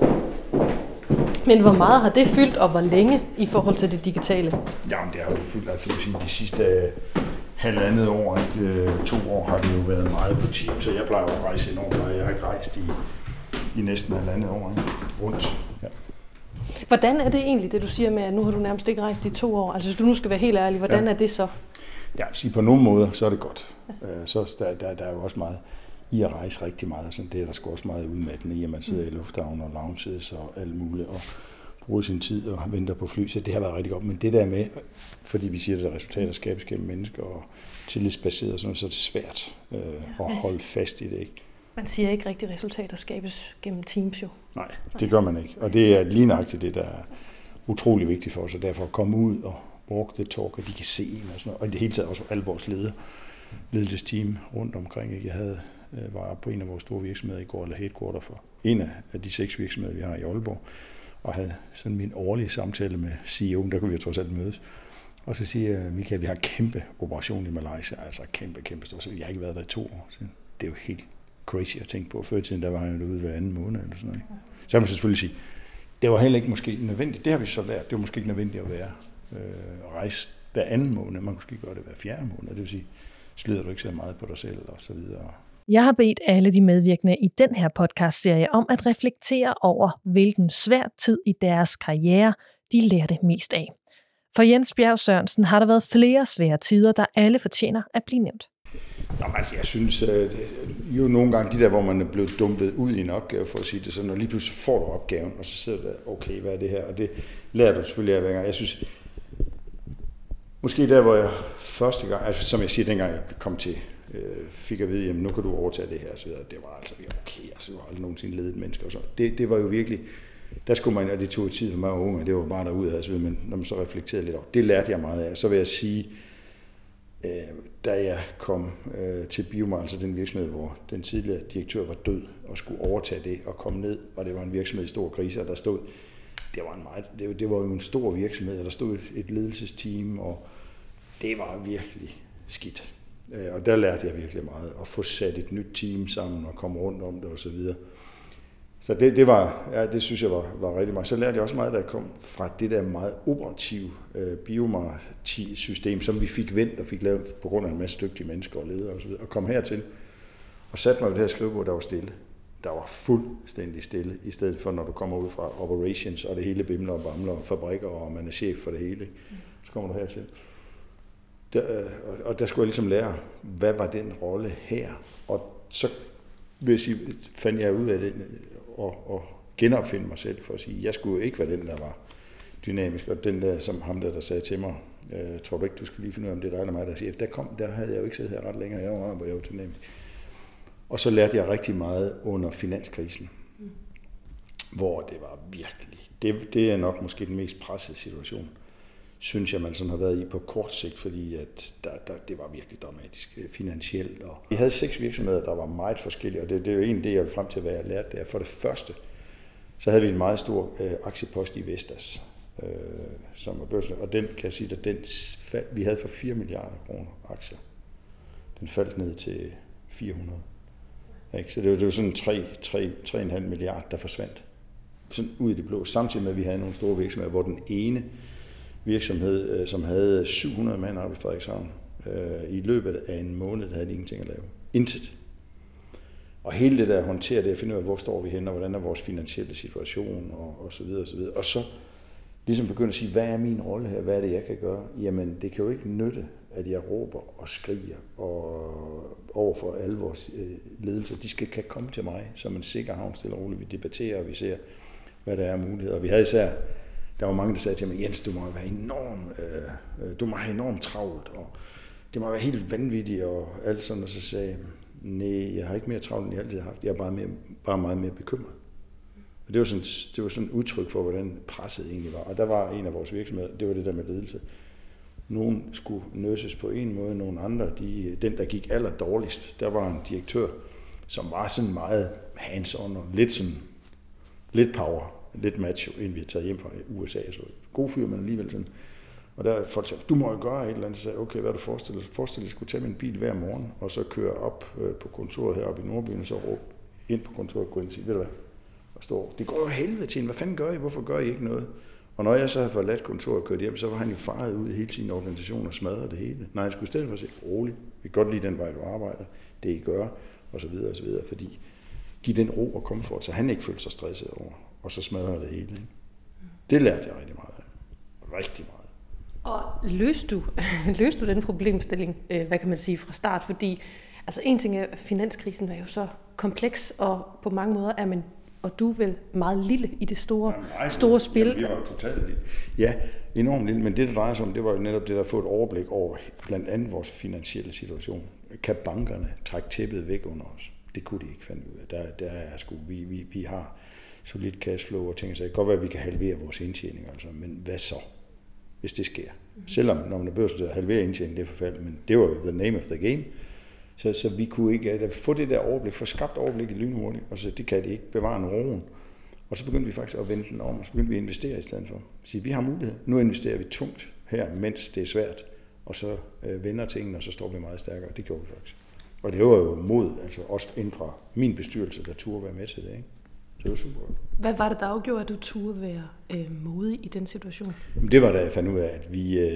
Speaker 3: Men hvor meget har det fyldt, og hvor længe i forhold til det digitale?
Speaker 1: Jamen, det har jo fyldt, altså, kan sige, de sidste halvandet år, 2 år har det jo været meget på Teams, så jeg plejer at rejse enormt meget. Jeg har ikke rejst i næsten halvandet år rundt. Ja.
Speaker 3: Hvordan er det egentlig, det du siger med, at nu har du nærmest ikke rejst i 2 år? Altså, hvis du nu skal være helt ærlig, hvordan er det så?
Speaker 1: Ja, på nogle måder, så er det godt. Så der er jo også meget i at rejse rigtig meget. Så det er der sgu også meget udmattende i, at man sidder i lufthavnen og lounges og alt muligt, og bruger sin tid og venter på fly. Så det har været rigtig godt. Men det der med, fordi vi siger, at resultater skabes gennem mennesker og tillidsbaseret, så er det svært at holde fast i det, ikke?
Speaker 3: Man siger ikke rigtig, at resultater skabes gennem Teams jo.
Speaker 1: Nej, det gør man ikke. Og det er lige nøjagtigt det, der er utrolig vigtigt for os, og derfor at komme ud og walk the talk, og de kan se en og sådan noget. Og i det hele taget også alle vores ledelsesteam rundt omkring. Jeg var på en af vores store virksomheder i går, eller headquarter for en af de 6 virksomheder, vi har i Aalborg, og havde sådan min årlige samtale med CEO'en, der kunne vi trods alt mødes. Og så siger Michael, vi har en kæmpe operation i Malaysia, altså kæmpe stor, så jeg har ikke været der i 2 år siden. Det er jo helt crazy at tænke på. Før i tiden, der var han jo ude hver anden måned eller sådan noget. Så kan man selvfølgelig sige, det var heller ikke måske nødvendigt. Det har vi så lært. Det var måske ikke nødvendigt at være rejse hver anden måned. Man kunne måske gøre det hver 4. måned. Det vil sige, slider du ikke så meget på dig selv og så videre.
Speaker 2: Jeg har bedt alle de medvirkende i den her podcastserie om at reflektere over, hvilken svær tid i deres karriere de lærte mest af. For Jens Bjerg Sørensen har der været flere svære tider, der alle fortjener at blive nævnt.
Speaker 1: Nå, altså, jeg synes jo nogle gange, de der, hvor man er blevet dumpet ud i en opgave, for at sige det sådan, og lige pludselig får du opgaven, og så sidder du der, okay, hvad er det her? Og det lærer du selvfølgelig af hver gang. Jeg synes, måske der, hvor jeg første gang, altså som jeg siger, dengang jeg kom til, fik at vide, jamen nu kan du overtage det her, og så videre. Det var altså okay, altså jeg har aldrig nogensinde ledet mennesker og så. Det var jo virkelig, der skulle man, og det tog tid for mig og unge, det var bare derude, altså, men når man så reflekterede lidt over, det lærte jeg meget af. Så vil jeg sige, da jeg kom til BioMar, altså den virksomhed, hvor den tidligere direktør var død og skulle overtage det og komme ned, og det var en virksomhed i stor krise, og der stod, det var jo en stor virksomhed, og der stod et ledelsesteam, og det var virkelig skidt. Og der lærte jeg virkelig meget, at få sat et nyt team sammen og komme rundt om det og så videre. Så det synes jeg var rigtig meget. Så lærte jeg også meget, da jeg kom fra det der meget operative BioMar-system, som vi fik vendt og fik lavet på grund af en masse dygtige mennesker og ledere og så videre, og kom hertil og satte mig ved det her skrivebord, der var stille. Der var fuldstændig stille, i stedet for når du kommer ud fra operations, og det hele bimler og bamler, og fabrikker, og man er chef for det hele. Så kommer du hertil. Og der skulle jeg ligesom lære, hvad var den rolle her? Og så fandt jeg ud af det, og genopfinde mig selv, for at sige, jeg skulle ikke være den, der var dynamisk, og den der, som ham der sagde til mig, tror du ikke, du skal lige finde ud af, om det er dig eller mig, der siger, der havde jeg jo ikke siddet her ret længere, jeg var dynamisk. Og så lærte jeg rigtig meget under finanskrisen, hvor det var virkelig, det er nok måske den mest pressede situation, synes jeg, man sådan har været i på kort sigt, fordi at det var virkelig dramatisk finansielt. Og vi havde 6 virksomheder, der var meget forskellige, og det er jo en del, jeg vil frem til, hvad jeg lærte der. For det første, så havde vi en meget stor aktiepost i Vestas, som var børsen, og den kan jeg sige, at vi havde for 4 milliarder kroner aktier. Den faldt ned til 400. Ikke? Så det var sådan 3,5 milliarder, der forsvandt. Sådan ud i det blå. Samtidig med, at vi havde nogle store virksomheder, hvor den ene virksomhed, som havde 700 mand oppe i Frederikshavn, i løbet af en måned, der havde de ingenting at lave. Intet. Og hele det der at håndtere det, at finde ud af, hvor står vi henne, og hvordan er vores finansielle situation, og så videre, og så videre. Og så ligesom begynde at sige, hvad er min rolle her, hvad er det, jeg kan gøre? Jamen, det kan jo ikke nytte, at jeg råber og skriger over for alle vores ledelser. De kan komme til mig som en sikker havn, stille og roligt. Vi debatterer, og vi ser, hvad der er muligheder. Og vi havde især, der var mange, der sagde til mig, Jens, du må have enormt travlt, og det må være helt vanvittigt, og alt sådan, og så sagde jeg, nej, jeg har ikke mere travlt, end jeg altid har haft. Jeg er bare meget mere bekymret. Og det var sådan et udtryk for, hvordan presset egentlig var. Og der var en af vores virksomheder, det var det der med ledelse. Nogle skulle nøses på en måde, nogle andre, den der gik aller dårligst, der var en direktør, som var sådan meget hands-on og lidt power. lidt macho, inden vi er taget hjem fra USA. Så god fyr, men alligevel sådan. Og der folk sagde, du må jo gøre et eller andet. Så sagde okay, hvad du forestiller dig? Forestil dig, at jeg skulle tage min bil hver morgen, og så køre op på kontoret heroppe i Nordbyen, og så råbe ind på kontoret og gå ind og sige, ved du hvad? Og stå, det går jo helvede til, hvad fanden gør I? Hvorfor gør I ikke noget? Og når jeg så havde forladt kontoret og kørt hjem, så var han jo faret ud i hele sin organisation og smadret det hele. Nej, jeg skulle i stedet for at sige, roligt, vi kan godt lide den vej, du arbejder, det I gør, og så videre, fordi giv den ro og komfort, så han ikke følte sig stresset over, og så smadrer det hele. Ikke? Det lærte jeg rigtig meget af. Rigtig meget.
Speaker 3: Og løste du den problemstilling, hvad kan man sige, fra start? Fordi altså en ting er, at finanskrisen var jo så kompleks, og på mange måder er man, og du er vel meget lille i det store spil.
Speaker 1: Jamen, vi var totalt lille. Ja, enormt lille, men det drejer sig om, det var jo netop det, der få et overblik over blandt andet vores finansielle situation. Kan bankerne trække tæppet væk under os? Det kunne de ikke finde ud af. Der er sgu, vi har solidt cashflow og ting, så det kan godt være, at vi kan halvere vores indtjening, altså, men hvad så, hvis det sker? Selvom, når man er børsnoteret, halvere indtjening, det er forfærdeligt, men det var jo the name of the game. Så vi kunne ikke få det der overblik, få skabt overblik i lynhurtigt, og så det kan de ikke bevare en roen. Og så begyndte vi faktisk at vende den om, og så begyndte vi at investere i stedet for. Så vi har mulighed. Nu investerer vi tungt her, mens det er svært, og så vender tingene, og så står vi meget stærkere. Det gjorde vi faktisk. Og det var jo mod, altså også inden fra min bestyrelse, der turde være med til det. Ikke? Så det var super.
Speaker 3: Hvad var det, der afgjorde, at du turde være modig i den situation?
Speaker 1: Det var da jeg fandt ud af, at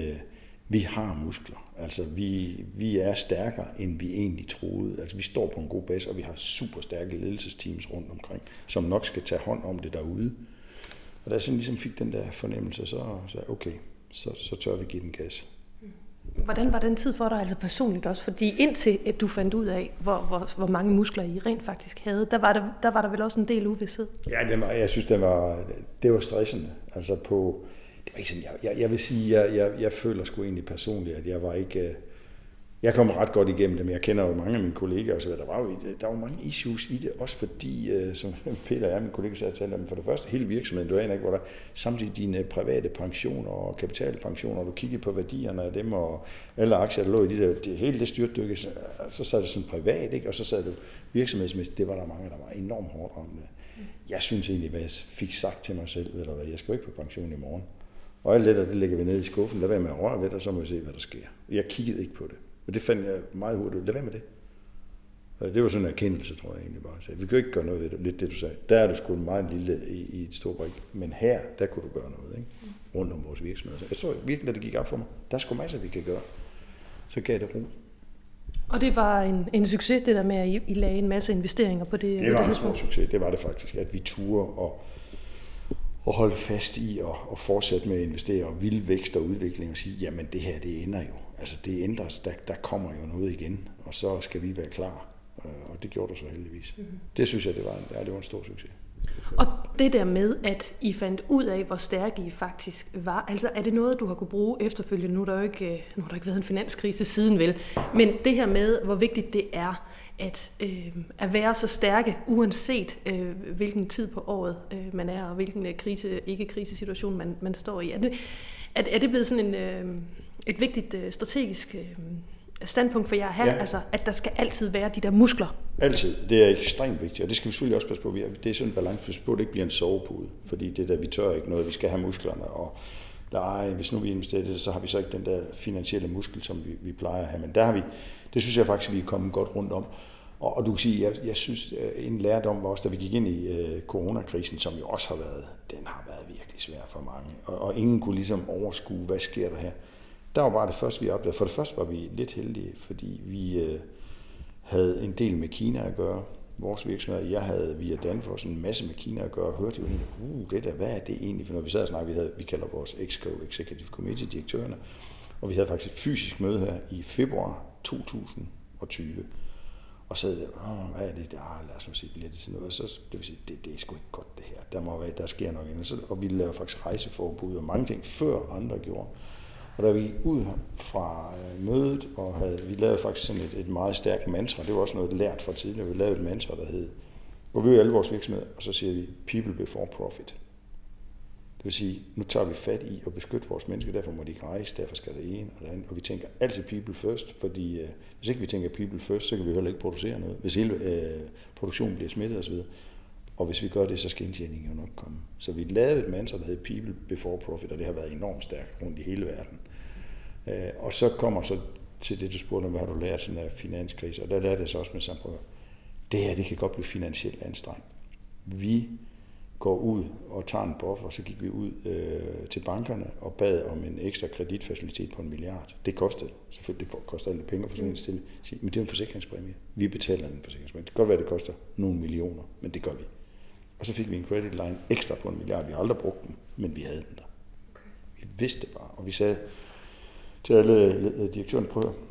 Speaker 1: vi har muskler. Altså, vi er stærkere, end vi egentlig troede. Altså, vi står på en god base, og vi har super stærke ledelsesteams rundt omkring, som nok skal tage hånd om det derude. Og da jeg sådan ligesom fik den der fornemmelse, så okay, så tør vi give den gas.
Speaker 3: Hvordan var den tid for dig, altså personligt også? Fordi indtil at du fandt ud af, hvor mange muskler I rent faktisk havde, der var der vel også en del uvished?
Speaker 1: Ja, jeg synes, det var stressende. Altså det var ikke sådan, jeg vil sige, jeg føler sgu egentlig personligt, at jeg var ikke... Jeg kom ret godt igennem det, men jeg kender jo mange af mine kollegaer, så der var mange issues i det, også fordi, som Peter og jeg, min kollega, sagde til dem, for det første, hele virksomheden, du aner ikke, hvor der samtidig dine private pensioner og kapitalpensioner, og du kiggede på værdierne af dem, og alle aktier, der lå i hele det styrtdykke, så sad det sådan privat, ikke? Og så sad det virksomhedsmæssigt, det var der mange, der var enormt hårdt ramt med. Jeg synes egentlig, hvad jeg fik sagt til mig selv, ved du hvad, jeg skal ikke på pension i morgen. Og alt det lægger vi ned i skuffen, lad være med at røre ved det, og så må vi se, hvad der sker. Jeg kiggede ikke på det. Og det fandt jeg meget hurtigt. Lad være med det. Og det var sådan en erkendelse, tror jeg egentlig bare. Så vi kan jo ikke gøre noget ved det, lidt det du sagde. Der er du sgu meget lille i et stort brik. Men her, der kunne du gøre noget, ikke? Rundt om vores virksomhed. Så jeg tror virkelig, at det gik op for mig. Der er sgu masser, vi kan gøre. Så gav det ro.
Speaker 3: Og det var en succes, det der med, at I lagde en masse investeringer på det.
Speaker 1: Det var en stor succes. Det var det faktisk, at vi turde og holde fast i og fortsætte med at investere og vilde vækst og udvikling og sige, jamen det her, det ender jo. Altså det ændres, der kommer jo noget igen, og så skal vi være klar. Og det gjorde der så heldigvis. Mm-hmm. Det synes jeg, det var en stor succes.
Speaker 3: Og det der med, at I fandt ud af, hvor stærke I faktisk var, altså er det noget, du har kunne bruge efterfølgende? Nu har der ikke været en finanskrise siden, vel? Men det her med, hvor vigtigt det er, at være så stærke, uanset hvilken tid på året man er, og hvilken ikke-krisesituation man står i. Er det blevet sådan et vigtigt strategisk standpunkt for jer her, ja. Altså at der skal altid være de der muskler?
Speaker 1: Altid. Det er ekstremt vigtigt, og det skal vi selvfølgelig også passe på. Det er sådan en balance, hvis det ikke bliver en sovepude, fordi det der, vi tør ikke noget, vi skal have musklerne, og hvis nu vi investerer i det, så har vi så ikke den der finansielle muskel, som vi plejer at have, men der har vi, det synes jeg faktisk, vi er kommet godt rundt om. Og du kan sige, jeg synes, en lærdom var også, da vi gik ind i coronakrisen, som jo også den har været virkelig svær for mange, og ingen kunne ligesom overskue, hvad sker der her. Der var bare det første, vi oplevede. For det første var vi lidt heldige, fordi vi havde en del med Kina at gøre. Vores virksomhed, jeg havde via Danfoss en masse med Kina at gøre, og hørte jo egentlig, hvad er det egentlig? For når vi sad og snakkede, vi kalder vores EXCO, Executive Committee, direktørerne, og vi havde faktisk et fysisk møde her i februar 2020. Og så hvad er det der? Lad os nu sige, bliver det til noget? Så det vil sige, det er sgu ikke godt det her. Der sker nok andet. Og vi lavede faktisk rejseforbud og mange ting, før andre gjorde. Og da vi gik ud fra mødet, og vi lavede faktisk sådan et meget stærkt mantra, det var også noget lært fra tidligere, vi lavede et mantra, der hed, hvor vi alle vores virksomheder, og så siger vi, people before profit. Det vil sige, nu tager vi fat i at beskytte vores mennesker, derfor må de ikke rejse, derfor skal det ene og det andet, og vi tænker altid people first, fordi hvis ikke vi tænker people first, så kan vi heller ikke producere noget, hvis hele produktionen bliver smittet osv. Og hvis vi gør det, så skal indtjeningen jo nok komme. Så vi lavede et mantra, der hedder People Before Profit, og det har været enormt stærkt rundt i hele verden. Og så kommer så til det, du spurgte om, hvad har du lært sådan af finanskrise, og der lærte jeg så også med samfundet. Det her, det kan godt blive finansielt anstrengt. Vi går ud og tager en buffer, og så gik vi ud til bankerne og bad om en ekstra kreditfacilitet på 1 milliard. Det kostede. Selvfølgelig, det koster alle penge for sådan en stille. Men det er en forsikringspræmie. Vi betaler den forsikringspræmie. Det kan godt være, det koster nogle millioner, men det gør vi. Og så fik vi en credit line ekstra på 1 milliard. Vi har aldrig brugt den, men vi havde den der. Okay. Vi vidste det bare, og vi sagde til alle direktørerne, prøv at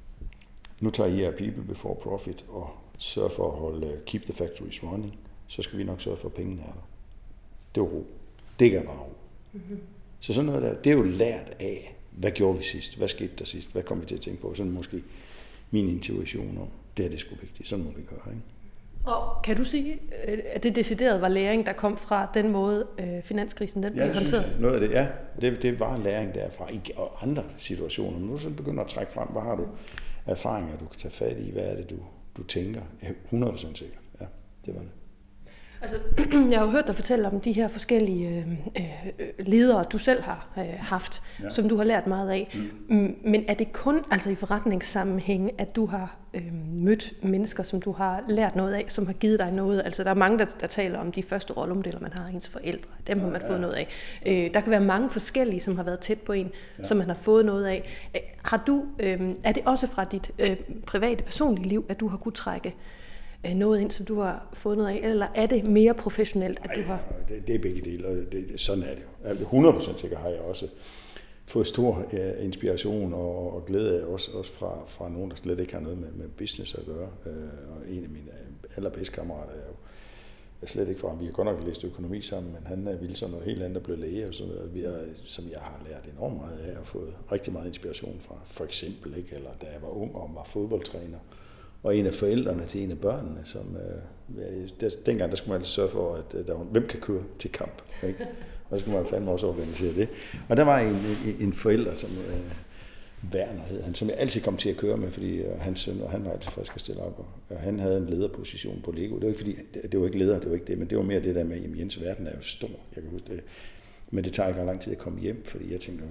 Speaker 1: nu tager I her People Before Profit og sørger for at holde Keep the Factories Running, så skal vi nok sørge for, at pengene er der. Det er ro. Det gør bare ro. Mm-hmm. Så sådan noget der, det er jo lært af, hvad gjorde vi sidst? Hvad skete der sidst? Hvad kom vi til at tænke på? Sådan måske min intuition om, det er det sgu vigtigt. Sådan må vi gøre, ikke?
Speaker 3: Og kan du sige, at det decideret var læring, der kom fra den måde, finanskrisen den blev håndteret?
Speaker 1: Ja, noget af det, ja. Det var læring derfra. Og andre situationer. Nu så begynder at trække frem, hvad har du erfaringer, du kan tage fat i? Hvad er det, du tænker? 100% sikkert. Ja, det var det.
Speaker 3: Altså, jeg har jo hørt dig fortælle om de her forskellige ledere, du selv har haft, som du har lært meget af. Men er det kun altså i forretningssammenhæng, at du har mødt mennesker, som du har lært noget af, som har givet dig noget? Altså, der er mange, der taler om de første rollemodeller, man har ens forældre. Dem har man fået noget af. Der kan være mange forskellige, som har været tæt på en, som man har fået noget af. Har du, er det også fra dit private, personlige liv, at du har kunnet trække noget ind, som du har fået noget af, eller er det mere professionelt, at du har?
Speaker 1: Det er begge dele, og sådan er det jo. 100% sikkert har jeg også fået stor inspiration og glæde af, også fra nogen, der slet ikke har noget med business at gøre. Og en af mine allerbedste kammerater er jo slet ikke fra ham. Vi har godt nok læst økonomi sammen, men han ville sådan noget helt andet, der blev læge og sådan noget, som jeg har lært enormt meget af og fået rigtig meget inspiration fra. For eksempel, ikke? Eller da jeg var ung og var fodboldtræner, og en af forældrene til en af børnene, som dengang der skulle man altid sørge for, at hvem kan køre til kamp, ikke? Og så skulle man fandme også organisere det. Og der var en forælder, som Werner hed han, som jeg altid kom til at køre med, fordi hans søn, og han var altid først at stille op, og han havde en lederposition på Lego. Det var ikke fordi, det var ikke leder, det var ikke det, men det var mere det der med, at Jens verden er jo stor, jeg kan huske det. Men det tager ikke lang tid at komme hjem, fordi jeg tænkte,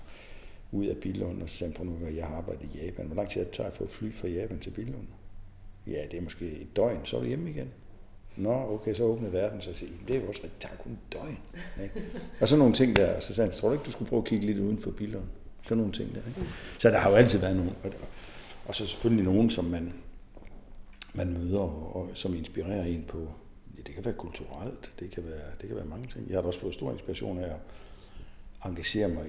Speaker 1: ud af Billund, og så sagde nu, at jeg har arbejdet i Japan. Hvor lang tid tager at få fly fra Japan til Billund? Ja, det er måske et døgn, så er du hjemme igen. Nå, okay, så åbnede verden, så siger det er jo også rigtigt, det tager kun et døgn. Ikke? Og så nogle ting der, så sagde han, tror du ikke, du skulle prøve at kigge lidt uden for Billund? Så nogle ting der, ikke? Så der har jo altid været nogen, og så selvfølgelig nogen, som man møder, og som inspirerer en på, ja, det kan være kulturelt, det kan være mange ting. Jeg har også fået stor inspiration af at engagere mig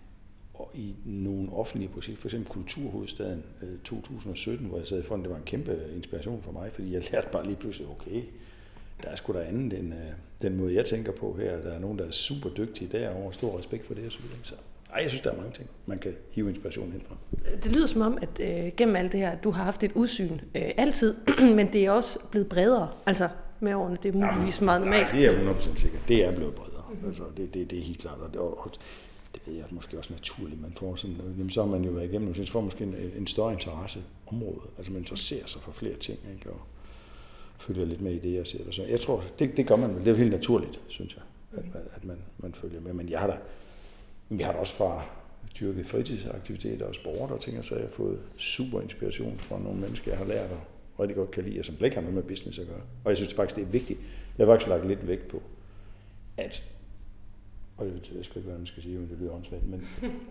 Speaker 1: i nogle offentlige projekter, for eksempel Kulturhovedstaden 2017, hvor jeg sad i fonden. Det var en kæmpe inspiration for mig, fordi jeg lærte bare lige pludselig, okay, der er sgu da andet end den måde, jeg tænker på her. Der er nogen, der er super dygtige derovre, stor respekt for det og så videre. Så jeg synes, der er mange ting, man kan hive inspiration ind fra. Det
Speaker 3: lyder som om, at gennem alt det her, du har haft et udsyn altid, men det er også blevet bredere, altså med årene. Det er muligvis meget normalt.
Speaker 1: Nej, det er 100% sikkert. Det er blevet bredere. Altså, det er helt klart. Og det ved jeg måske også naturligt, man får sådan noget. Jamen, så har man jo været igennem, så får måske en større interesseområde. Altså man interesserer sig for flere ting, ikke? Og følger lidt med i det, jeg ser. Så jeg tror, det gør man vel. Det er helt naturligt, synes jeg, at man følger med. Men vi har da også fra dyrket fritidsaktiviteter og sport og ting, så jeg har fået super inspiration fra nogle mennesker, jeg har lært og rigtig godt kan lide, og som ikke har noget med business at gøre. Og jeg synes faktisk, det er vigtigt. Jeg har faktisk lagt lidt vægt på, at og jeg skal ikke være, man skal sige, men det lyder åndssvagt, men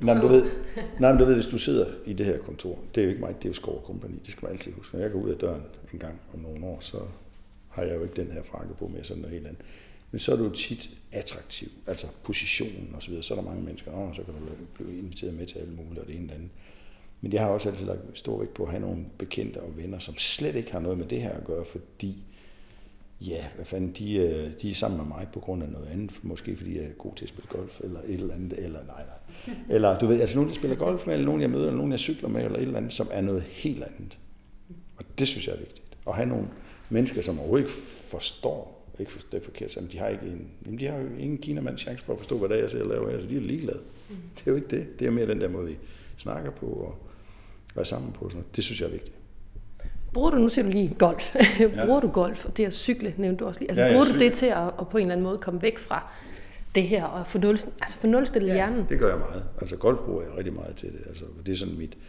Speaker 1: du ved, hvis du sidder i det her kontor, det er jo ikke mig, det er jo Skov & Company, det skal man altid huske. Når jeg går ud af døren en gang om nogle år, så har jeg jo ikke den her frakke på med sådan noget helt andet. Men så er du tit attraktiv, altså positionen og så videre, så er der mange mennesker, så kan du blive inviteret med til alle mulige og det ene eller andet. Men jeg har også altid lagt stor vægt på at have nogle bekendte og venner, som slet ikke har noget med det her at gøre, fordi ja, hvad fanden, de er sammen med mig på grund af noget andet, måske fordi jeg er god til at spille golf, eller et eller andet, eller nej. Eller du ved, altså nogen, der spiller golf med, eller nogen, jeg møder, eller nogen, jeg cykler med, eller et eller andet, som er noget helt andet. Og det synes jeg er vigtigt. At have nogle mennesker, som overhovedet ikke forstår, ikke for det er forkert, men de har jo ingen kinamands chance for at forstå, hvad det er, jeg ser og laver, altså de er ligeglade. Det er jo ikke det. Det er mere den der måde, vi snakker på og være sammen på. Sådan. Det synes jeg er vigtigt.
Speaker 3: bruger du, nu siger du lige golf, bruger du golf, og det at cykle, nævnte du også lige, altså bruger du det til at på en eller anden måde komme væk fra det her, og få nulstillet hjernen?
Speaker 1: Det gør jeg meget. Altså golf bruger jeg rigtig meget til det, altså det er sådan mit,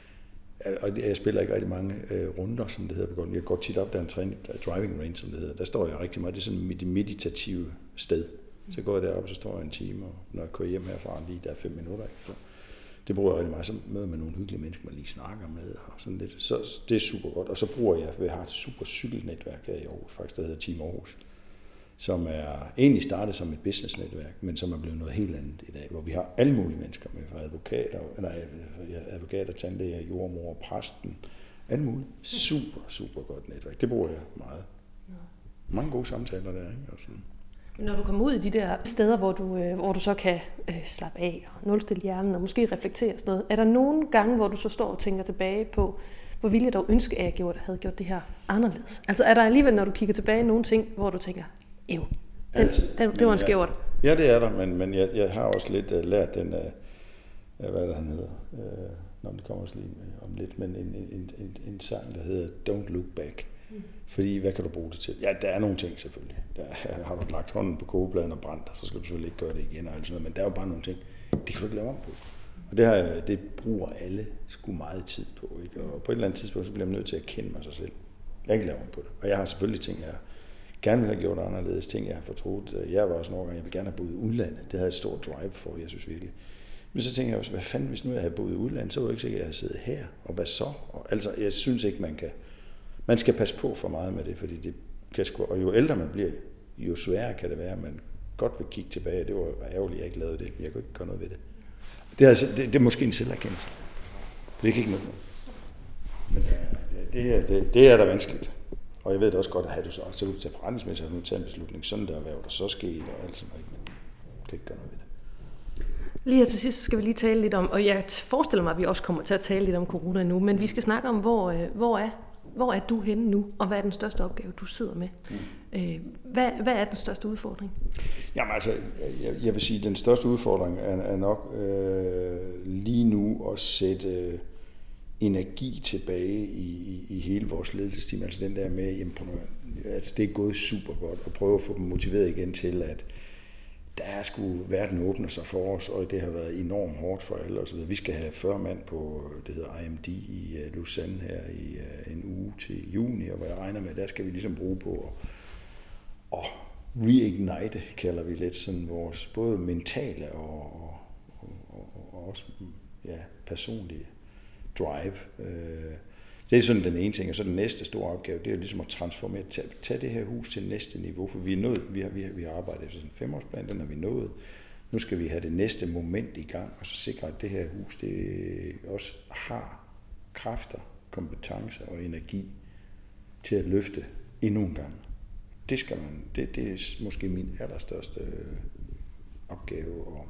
Speaker 1: og jeg spiller ikke rigtig mange runder, som det hedder på golf. Jeg går tit op, der er en træning, driving range, som det hedder, der står jeg rigtig meget, det er sådan mit meditative sted. Så går jeg derop, og så står jeg en time, og når jeg kører hjem herfra, lige der er 5 minutter, så det bruger jeg rigtig meget. Så møder man nogle hyggelige mennesker, man lige snakker med, og sådan lidt. Så det er super godt. Og så bruger jeg har et super cykelnetværk her i Aarhus, faktisk, der hedder Team Aarhus, som er egentlig startet som et businessnetværk, men som er blevet noget helt andet i dag, hvor vi har alle mulige mennesker med, fra advokater, tandlæger, jordmor, præsten, alle mulige. Super godt netværk. Det bruger jeg meget. Mange gode samtaler der, ikke? Og sådan.
Speaker 3: Når du kommer ud i de der steder, hvor du så kan slappe af og nulstille hjernen og måske reflektere sådan noget, er der nogle gange, hvor du så står og tænker tilbage på, hvor ville jeg dog ønske, at jeg havde gjort det her anderledes? Altså er der alligevel, når du kigger tilbage, nogle ting, hvor du tænker, det var en skævert?
Speaker 1: Ja, det er der, men jeg har også lidt lært den af, hvad der han hedder, når det kommer også lige om lidt, men en sang, der hedder Don't Look Back. Fordi, hvad kan du bruge det til? Ja, der er nogle ting selvfølgelig. Der har du lagt hånden på kogepladen og brændt, så skal du selvfølgelig ikke gøre det igen, og alt sådan noget, men der er jo bare nogle ting, det kan du ikke lave om på. Og det bruger alle sgu meget tid på, ikke? Og på et eller andet tidspunkt, så bliver man nødt til at kende mig sig selv. Jeg kan ikke lave om på det. Og jeg har selvfølgelig ting, jeg gerne vil have gjort anderledes, ting, jeg har fortrudt. Jeg var også nogle gange, jeg vil gerne have boet i udlandet. Det havde jeg et stort drive for, jeg synes virkelig. Men så tænker jeg også, hvad fanden, hvis nu jeg havde boet i udlandet, så var jeg ikke sikkert, at jeg havde siddet her. Og hvad så? Og altså, jeg synes ikke, man skal passe på for meget med det, fordi det kan sgu, og jo ældre man bliver, jo sværere kan det være, at man godt vil kigge tilbage. Det var ærgerligt, jeg ikke lavede det, men jeg kunne ikke gøre noget ved det. Det er måske en selverkendelse. Det er ikke noget. Men det er da vanskeligt. Og jeg ved det også godt, at have du så ud til forretningsmæssigt, har du taget en beslutning, sådan der, hvad der så skete, og alt sådan noget. Men kan ikke gøre noget ved det.
Speaker 3: Lige her til sidst skal vi lige tale lidt om, og jeg forestiller mig, at vi også kommer til at tale lidt om corona nu, men vi skal snakke om, hvor er du henne nu, og hvad er den største opgave, du sidder med? Hvad er den største udfordring? Jamen
Speaker 1: altså, jeg vil sige, at den største udfordring er nok lige nu at sætte energi tilbage i hele vores ledelsesteam. Altså den der med, altså det er gået super godt, at prøve at få dem motiveret igen til, at verden åbner sig for os, og det har været enormt hårdt for alle osv. Vi skal have 40 mand på, det hedder IMD i Lausanne her i en uge til juni, og hvad jeg regner med, der skal vi ligesom bruge på at reignite, kalder vi lidt sådan vores både mentale og også personlige drive. Det er sådan den ene ting, og så den næste store opgave, det er ligesom at transformere, tage det her hus til næste niveau, for vi er nået, vi har arbejdet efter sådan en 5-årsplan, den har vi nået. Nu skal vi have det næste moment i gang, og så sikre, at det her hus, det også har kræfter, kompetencer og energi til at løfte endnu en gang. Det skal det er måske min allerstørste opgave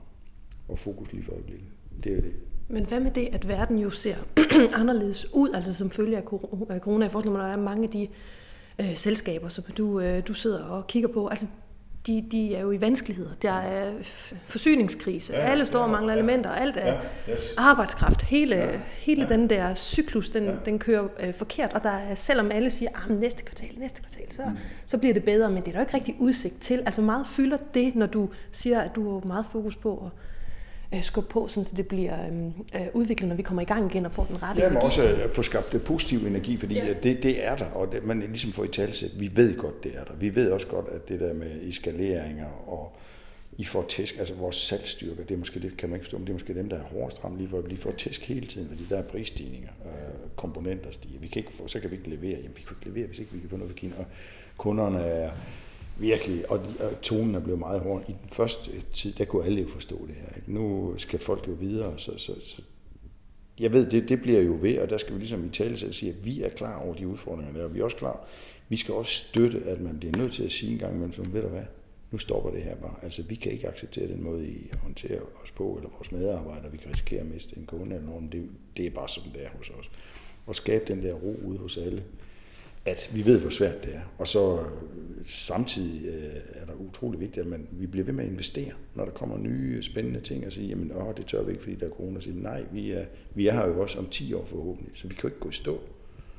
Speaker 1: og fokus lige for øjeblikket. Det er jo det.
Speaker 3: Men hvad med det, at verden jo ser anderledes ud, altså som følge af corona? Jeg forestiller mig, der er mange af de selskaber, som du sidder og kigger på, altså de er jo i vanskeligheder. Der er forsyningskrise, alle står og mangler elementer, alt er arbejdskraft. Hele den der cyklus, den kører forkert, og der er, selvom alle siger, næste kvartal, så bliver det bedre, men det er der ikke rigtig udsigt til. Altså meget fylder det, når du siger, at du har meget fokus på at skubbe på, så det bliver udviklet, når vi kommer i gang igen og får den rette energi.
Speaker 1: Ja, men også få skabt det positive energi, fordi det er der, og man ligesom får i talesæt. Vi ved godt, det er der. Vi ved også godt, at det der med eskaleringer og I får tæsk, altså vores salgsstyrker, det er måske det, kan man ikke forstå, men det er måske dem, der er hårdest ramt lige for, at vi får tæsk hele tiden, fordi der er prisstigninger, komponenter stiger. Så kan vi ikke levere. Jamen, vi kan ikke levere, hvis ikke vi kan få noget for Kina. Og kunderne er virkelig, og tonen er blevet meget hård. I den første tid, der kunne alle jo forstå det her. Ikke? Nu skal folk jo videre, så jeg ved, det bliver jo ved, og der skal vi ligesom i tale selv sige, at vi er klar over de udfordringer der, og vi er også klar. Vi skal også støtte, at man bliver nødt til at sige en gang imellem, som ved du hvad, nu stopper det her bare. Altså, vi kan ikke acceptere den måde, I håndterer os på, eller vores medarbejdere, vi kan risikere at miste en kunde eller nogen. Det er bare sådan, det er hos os. Og skabe den der ro ude hos alle, at vi ved, hvor svært det er. Og så samtidig er der utrolig vigtigt, at vi bliver ved med at investere, når der kommer nye spændende ting, og sige, jamen, det tør vi ikke, fordi der er corona. Og sige, nej, vi er her jo også om 10 år forhåbentlig, så vi kan jo ikke gå i stå.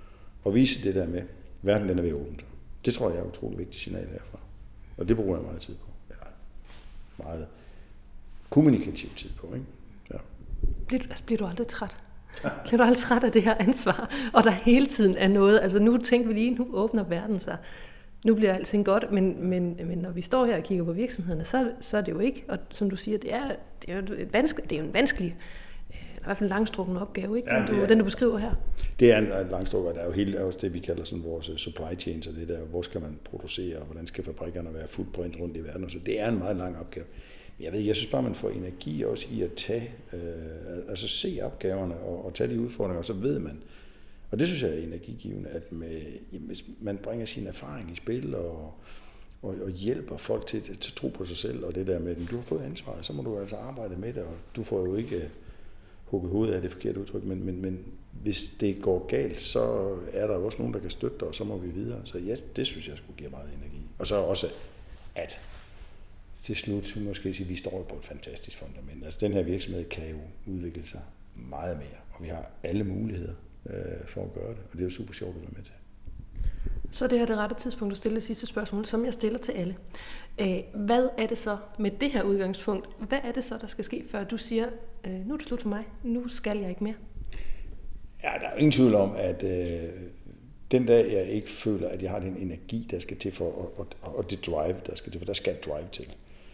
Speaker 1: og vise det der med, verden den er ved at åbne. Det tror jeg er utroligt vigtigt signal herfra. Og det bruger jeg meget tid på. Eller meget kommunikativ tid på, ikke? Ja.
Speaker 3: Bliver du aldrig træt? Bliver du aldrig træt af det her ansvar? Og der hele tiden er noget, altså nu tænker vi lige, nu åbner verden sig. Nu bliver alting godt, men når vi står her og kigger på virksomhederne, så er det jo ikke, og som du siger, det er jo en vanskelig, i hvert fald en langstrukken opgave, ikke? Ja, den du beskriver her.
Speaker 1: Det er en langstrukken, og der er jo hele også det, vi kalder sådan vores supply chains, og det der, hvor skal man producere, og hvordan skal fabrikkerne være footprint rundt i verden, og så det er en meget lang opgave. Jeg synes bare, man får energi også i at tage, altså se opgaverne og tage de udfordringer, og så ved man. Og det synes jeg er energigivende, at hvis man bringer sin erfaring i spil og hjælper folk til at tro på sig selv, og det der med, at du har fået ansvar, så må du altså arbejde med det, og du får jo ikke hugget hovedet af det forkerte udtryk, men hvis det går galt, så er der jo også nogen, der kan støtte dig, og så må vi videre. Så ja, det synes jeg skulle give meget energi. Og så også, at til slut, måske sige, at vi står på et fantastisk fundament. Altså den her virksomhed kan jo udvikle sig meget mere, og vi har alle muligheder for at gøre det, og det er jo super sjovt at være med til.
Speaker 3: Så er det her det rette tidspunkt at stille det sidste spørgsmål, som jeg stiller til alle. Hvad er det så med det her udgangspunkt? Hvad er det så, der skal ske, før du siger, nu er det slut for mig, nu skal jeg ikke mere?
Speaker 1: Ja, der er ingen tvivl om, at den dag, jeg ikke føler, at jeg har den energi, der skal til for, og det drive, der skal til, for der skal drive til,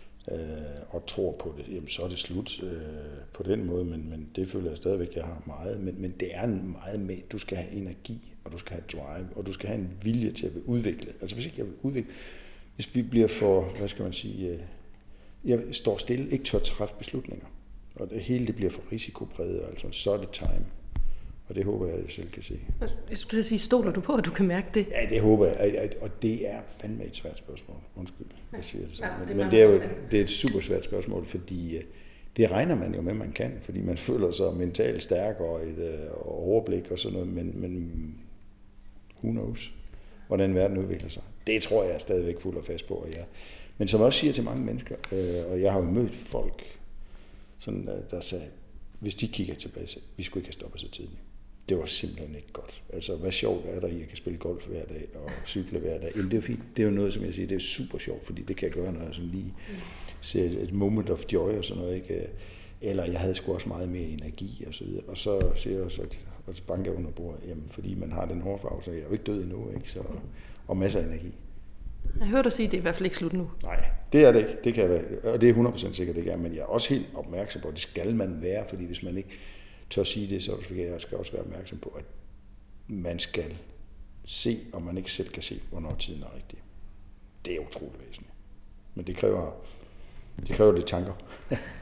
Speaker 1: og tror på det, jamen så er det slut på den måde, men det føler jeg stadigvæk, at jeg har meget. Men det er meget med, du skal have energi, og du skal have drive, og du skal have en vilje til at udvikle. Altså hvis ikke jeg vil udvikle, hvis vi bliver for, hvad skal man sige, jeg står stille, ikke tør træffe beslutninger, og det hele det bliver for risikopræget, altså så er det time. Og det håber jeg selv kan se.
Speaker 3: Jeg skulle sige, stoler du på, at du kan mærke det?
Speaker 1: Ja, det håber jeg, og det er fandme et svært spørgsmål. Undskyld, jeg siger det sådan. Men det er jo et super svært spørgsmål, fordi det regner man jo med, man kan, fordi man føler sig mentalt stærk og et overblik og sådan noget, men who knows, hvordan verden udvikler sig. Det tror jeg stadigvæk fuld og fast på. Men som jeg også siger til mange mennesker, og jeg har jo mødt folk, sådan, der sagde, hvis de kigger tilbage, så vi skulle ikke have stoppet så tidligt. Det var simpelthen ikke godt. Altså, hvad sjovt er der i, at jeg kan spille golf hver dag og cykle hver dag? Jamen, det er jo fint. Det er jo noget, som jeg siger, det er super sjovt, fordi det kan jeg gøre, når jeg sådan lige ser et moment of joy og sådan noget, ikke? Eller jeg havde sgu også meget mere energi og så videre. Og så siger jeg også, at så banker jeg under bordet, jamen, fordi man har den hårfarve, så jeg er jo ikke død endnu, ikke? Så, og masser af energi.
Speaker 3: Jeg hørte dig sige, at det er i hvert fald ikke slut nu.
Speaker 1: Nej, det er det ikke. Det kan være, og det er 100% sikkert, det er. Men jeg er også helt opmærksom på, at det skal man være, fordi hvis man ikke tør sige det, så skal jeg også være opmærksom på, at man skal se, og man ikke selv kan se, hvornår tiden er rigtig. Det er utroligt væsentligt. Men det kræver lidt tanker.